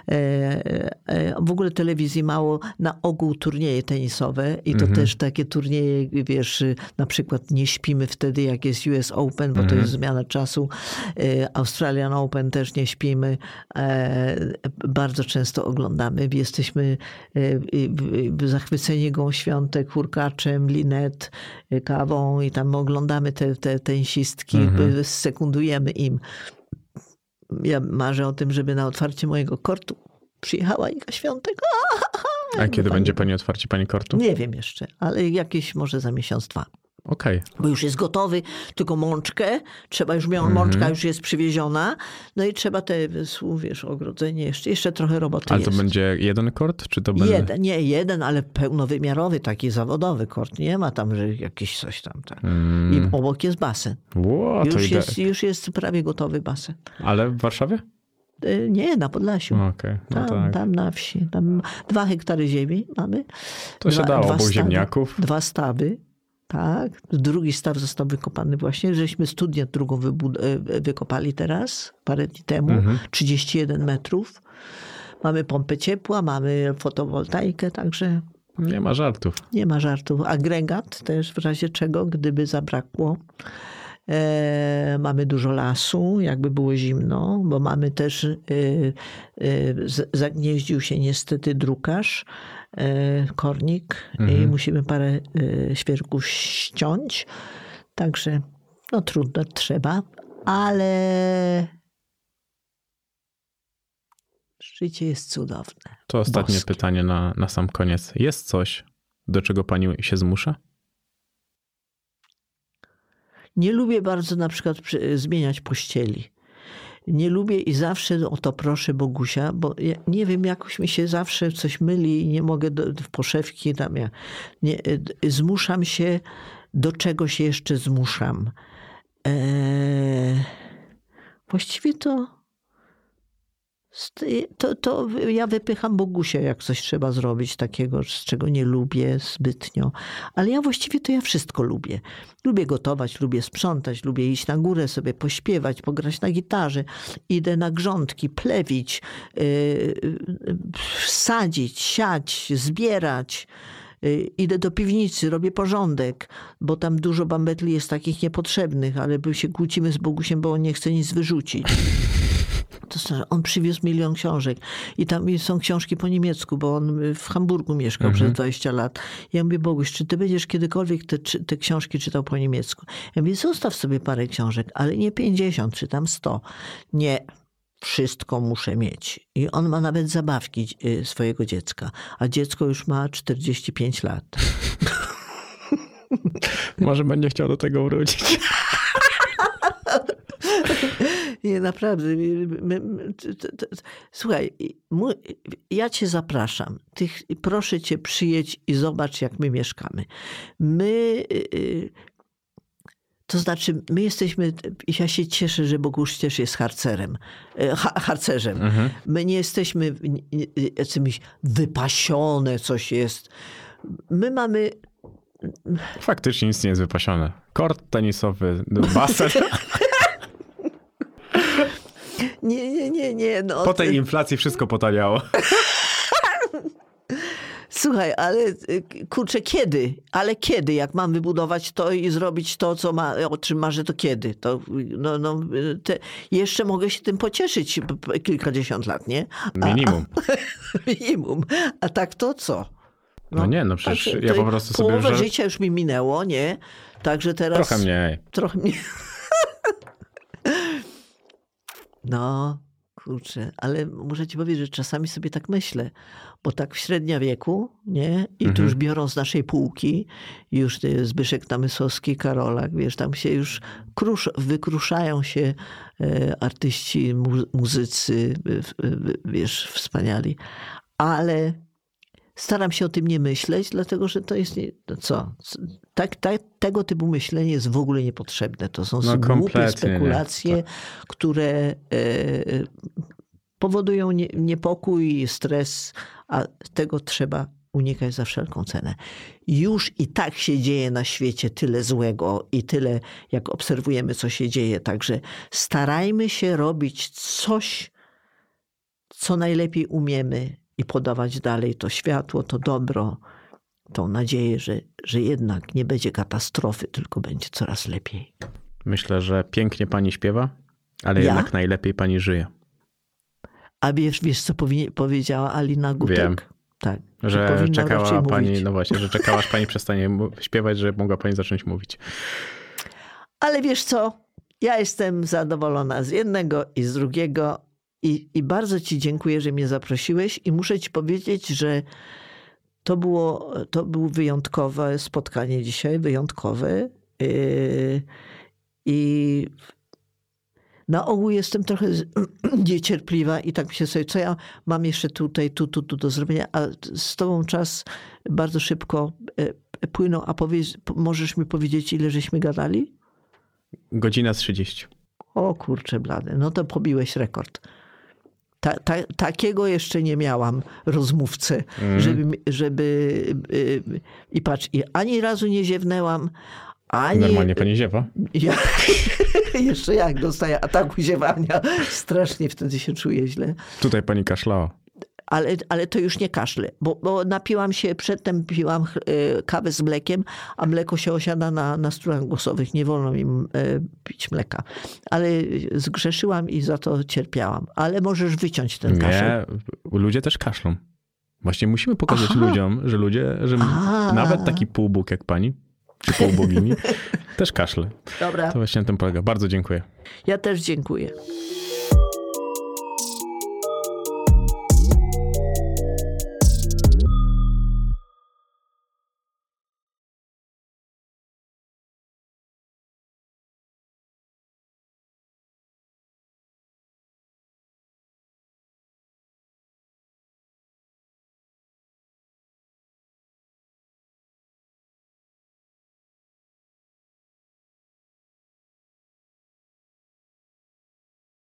Speaker 4: W ogóle telewizji mało, na ogół turnieje tenisowe i to mhm. też takie turnieje, wiesz, na przykład nie śpimy wtedy, jak jest U S Open, bo mhm. to jest zmiana czasu. Australian Open też nie śpimy. Bardzo często oglądamy. Jesteśmy zachwyceni Gołą Świątek, Hurkaczem, Linet, kawą i tam oglądamy te, te tenisistki, mhm. sekundujemy im. Ja marzę o tym, żeby na otwarcie mojego kortu przyjechała Iga Świątek.
Speaker 2: A kiedy pani... będzie pani otwarcie pani kortu?
Speaker 4: Nie wiem jeszcze, ale jakieś może za miesiąc, dwa.
Speaker 2: Okej. Okay.
Speaker 4: Bo już jest gotowy, tylko mączkę. Trzeba już miał, mm-hmm. mączka już jest przywieziona. No i trzeba te, wiesz, ogrodzenie, jeszcze, jeszcze trochę roboty
Speaker 2: Ale
Speaker 4: jest.
Speaker 2: to będzie jeden kort? Czy to będzie...
Speaker 4: Jeden, nie jeden, ale pełnowymiarowy, taki zawodowy kort. Nie ma tam, że jakieś coś tam. Tak. Mm. I obok jest basen.
Speaker 2: Ło,
Speaker 4: już,
Speaker 2: to
Speaker 4: jest, już jest prawie gotowy basen.
Speaker 2: Ale w Warszawie?
Speaker 4: Nie, na Podlasiu.
Speaker 2: Okay, no
Speaker 4: tam,
Speaker 2: tak.
Speaker 4: tam na wsi. Tam dwa hektary ziemi mamy.
Speaker 2: To się
Speaker 4: dwa,
Speaker 2: dało,
Speaker 4: dwa
Speaker 2: obok
Speaker 4: stawy,
Speaker 2: ziemniaków.
Speaker 4: Dwa stawy. Tak. Drugi staw został wykopany właśnie. Żeśmy studnię drugą wybud- wykopali teraz, parę dni temu. Mhm. trzydzieści jeden metrów. Mamy pompę ciepła, mamy fotowoltaikę, także...
Speaker 2: Nie ma żartów.
Speaker 4: Nie ma żartów. Agregat też w razie czego, gdyby zabrakło. E, mamy dużo lasu, jakby było zimno, bo mamy też, e, e, z, zagnieździł się niestety drukarz, e, kornik mhm. i musimy parę e, świerków ściąć. Także no trudno, trzeba, ale życie jest cudowne.
Speaker 2: To ostatnie
Speaker 4: Boskie.
Speaker 2: pytanie na, na sam koniec. Jest coś, do czego pani się zmusza?
Speaker 4: Nie lubię bardzo na przykład zmieniać pościeli. Nie lubię i zawsze o to proszę Bogusia, bo ja nie wiem, jakoś mi się zawsze coś myli i nie mogę do, w poszewki. Tam ja, nie, zmuszam się, do czego się jeszcze zmuszam. Eee, właściwie to, to, to ja wypycham Bogusia, jak coś trzeba zrobić takiego, z czego nie lubię zbytnio. Ale ja właściwie to ja wszystko lubię. Lubię gotować, lubię sprzątać, lubię iść na górę sobie, pośpiewać, pograć na gitarze. Idę na grządki, plewić, yy, sadzić, siać, zbierać. Yy, idę do piwnicy, robię porządek, bo tam dużo bambetli jest takich niepotrzebnych, ale się kłócimy z Bogusiem, bo on nie chce nic wyrzucić. To znaczy, on przywiózł milion książek i tam są książki po niemiecku, bo on w Hamburgu mieszkał mhm. przez dwadzieścia lat. Ja mówię, Boguś, czy ty będziesz kiedykolwiek te, te książki czytał po niemiecku? Ja mówię, zostaw sobie parę książek, ale nie pięćdziesiąt, czy tam sto. Nie, wszystko muszę mieć. I on ma nawet zabawki swojego dziecka, a dziecko już ma czterdzieści pięć lat.
Speaker 2: Może będzie chciał do tego wrócić.
Speaker 4: Nie, naprawdę. Słuchaj, ja cię zapraszam. Ty, proszę cię, przyjedź i zobacz, jak my mieszkamy. My, to znaczy, my jesteśmy, ja się cieszę, że Boguś też jest harcerem, ha, harcerzem. Mhm. My nie jesteśmy jakimiś wypasione coś jest. My mamy...
Speaker 2: Faktycznie nic nie jest wypasione. Kort tenisowy, basen...
Speaker 4: Nie, nie, nie, nie. No.
Speaker 2: Po tej inflacji wszystko potaniało.
Speaker 4: Słuchaj, ale kurczę, kiedy? Ale kiedy? Jak mam wybudować to i zrobić to, co ma, o czym marzę, to kiedy? To, no, no, te, jeszcze mogę się tym pocieszyć kilkadziesiąt lat, nie? A,
Speaker 2: minimum.
Speaker 4: A, minimum. A tak to co?
Speaker 2: No, no nie, no przecież tak, ja po prostu sobie...
Speaker 4: Połowę
Speaker 2: już...
Speaker 4: życia już mi minęło, nie? Także teraz...
Speaker 2: Trochę mniej.
Speaker 4: Trochę mniej. No, Kurczę, ale muszę ci powiedzieć, że czasami sobie tak myślę, bo tak w średniowieku, nie? I
Speaker 2: Mhm.
Speaker 4: tu już biorą z naszej półki, już ty, Zbyszek Namysłowski, Karolak, wiesz, tam się już krusz, wykruszają się e, artyści, mu, muzycy, e, e, wiesz, wspaniali. Ale staram się o tym nie myśleć, dlatego że to jest, nie, to co, tak, tak, tego typu myślenie jest w ogóle niepotrzebne. To są
Speaker 2: No,
Speaker 4: głupie
Speaker 2: kompletnie
Speaker 4: spekulacje,
Speaker 2: nie. Tak.
Speaker 4: które e, powodują nie, niepokój, stres, a tego trzeba unikać za wszelką cenę. Już i tak się dzieje na świecie tyle złego i tyle, jak obserwujemy, co się dzieje. Także starajmy się robić coś, co najlepiej umiemy i podawać dalej to światło, to dobro, tą nadzieję, że, że jednak nie będzie katastrofy, tylko będzie coraz lepiej.
Speaker 2: Myślę, że pięknie pani śpiewa, ale
Speaker 4: Ja?
Speaker 2: jednak najlepiej pani żyje.
Speaker 4: A wiesz, wiesz co powi- powiedziała Alina Gutek?
Speaker 2: Wiem.
Speaker 4: Tak.
Speaker 2: Że
Speaker 4: powinnam
Speaker 2: czekała
Speaker 4: raczej
Speaker 2: pani,
Speaker 4: mówić.
Speaker 2: no właśnie, że czekała, aż pani przestanie mu- śpiewać, że mogła pani zacząć mówić.
Speaker 4: Ale wiesz co? Ja jestem zadowolona z jednego i z drugiego i, i bardzo ci dziękuję, że mnie zaprosiłeś i muszę ci powiedzieć, że to było, to było wyjątkowe spotkanie dzisiaj, wyjątkowe. Yy, I na ogół jestem trochę z- niecierpliwa i tak myślę sobie, co ja mam jeszcze tutaj, tu, tu, tu do zrobienia, a z tobą czas bardzo szybko e, płynął. A powiedz, po- możesz mi powiedzieć, ile żeśmy gadali?
Speaker 2: Godzina z trzydzieści.
Speaker 4: O kurczę blady, no to pobiłeś rekord. Ta, ta, takiego jeszcze nie miałam rozmówcę,
Speaker 2: Mm.
Speaker 4: żeby, żeby y, i patrz, i ani razu nie ziewnęłam, ani...
Speaker 2: Normalnie pani ziewa.
Speaker 4: Ja, jeszcze jak dostaję ataku ziewania, strasznie wtedy się czuję źle.
Speaker 2: Tutaj pani kaszlała.
Speaker 4: Ale, ale to już nie kaszle, bo, bo napiłam się, przedtem piłam e, kawę z mlekiem, a mleko się osiada na, na strunach głosowych. Nie wolno mi e, pić mleka. Ale zgrzeszyłam i za to cierpiałam. Ale możesz wyciąć ten kaszel.
Speaker 2: Nie, ludzie też kaszlą. Właśnie musimy pokazać
Speaker 4: Aha.
Speaker 2: ludziom, że ludzie, że
Speaker 4: A.
Speaker 2: nawet taki półbóg jak pani, czy półbogini, też kaszle.
Speaker 4: Dobra,
Speaker 2: To właśnie na tym polega. Bardzo dziękuję.
Speaker 4: ja też dziękuję.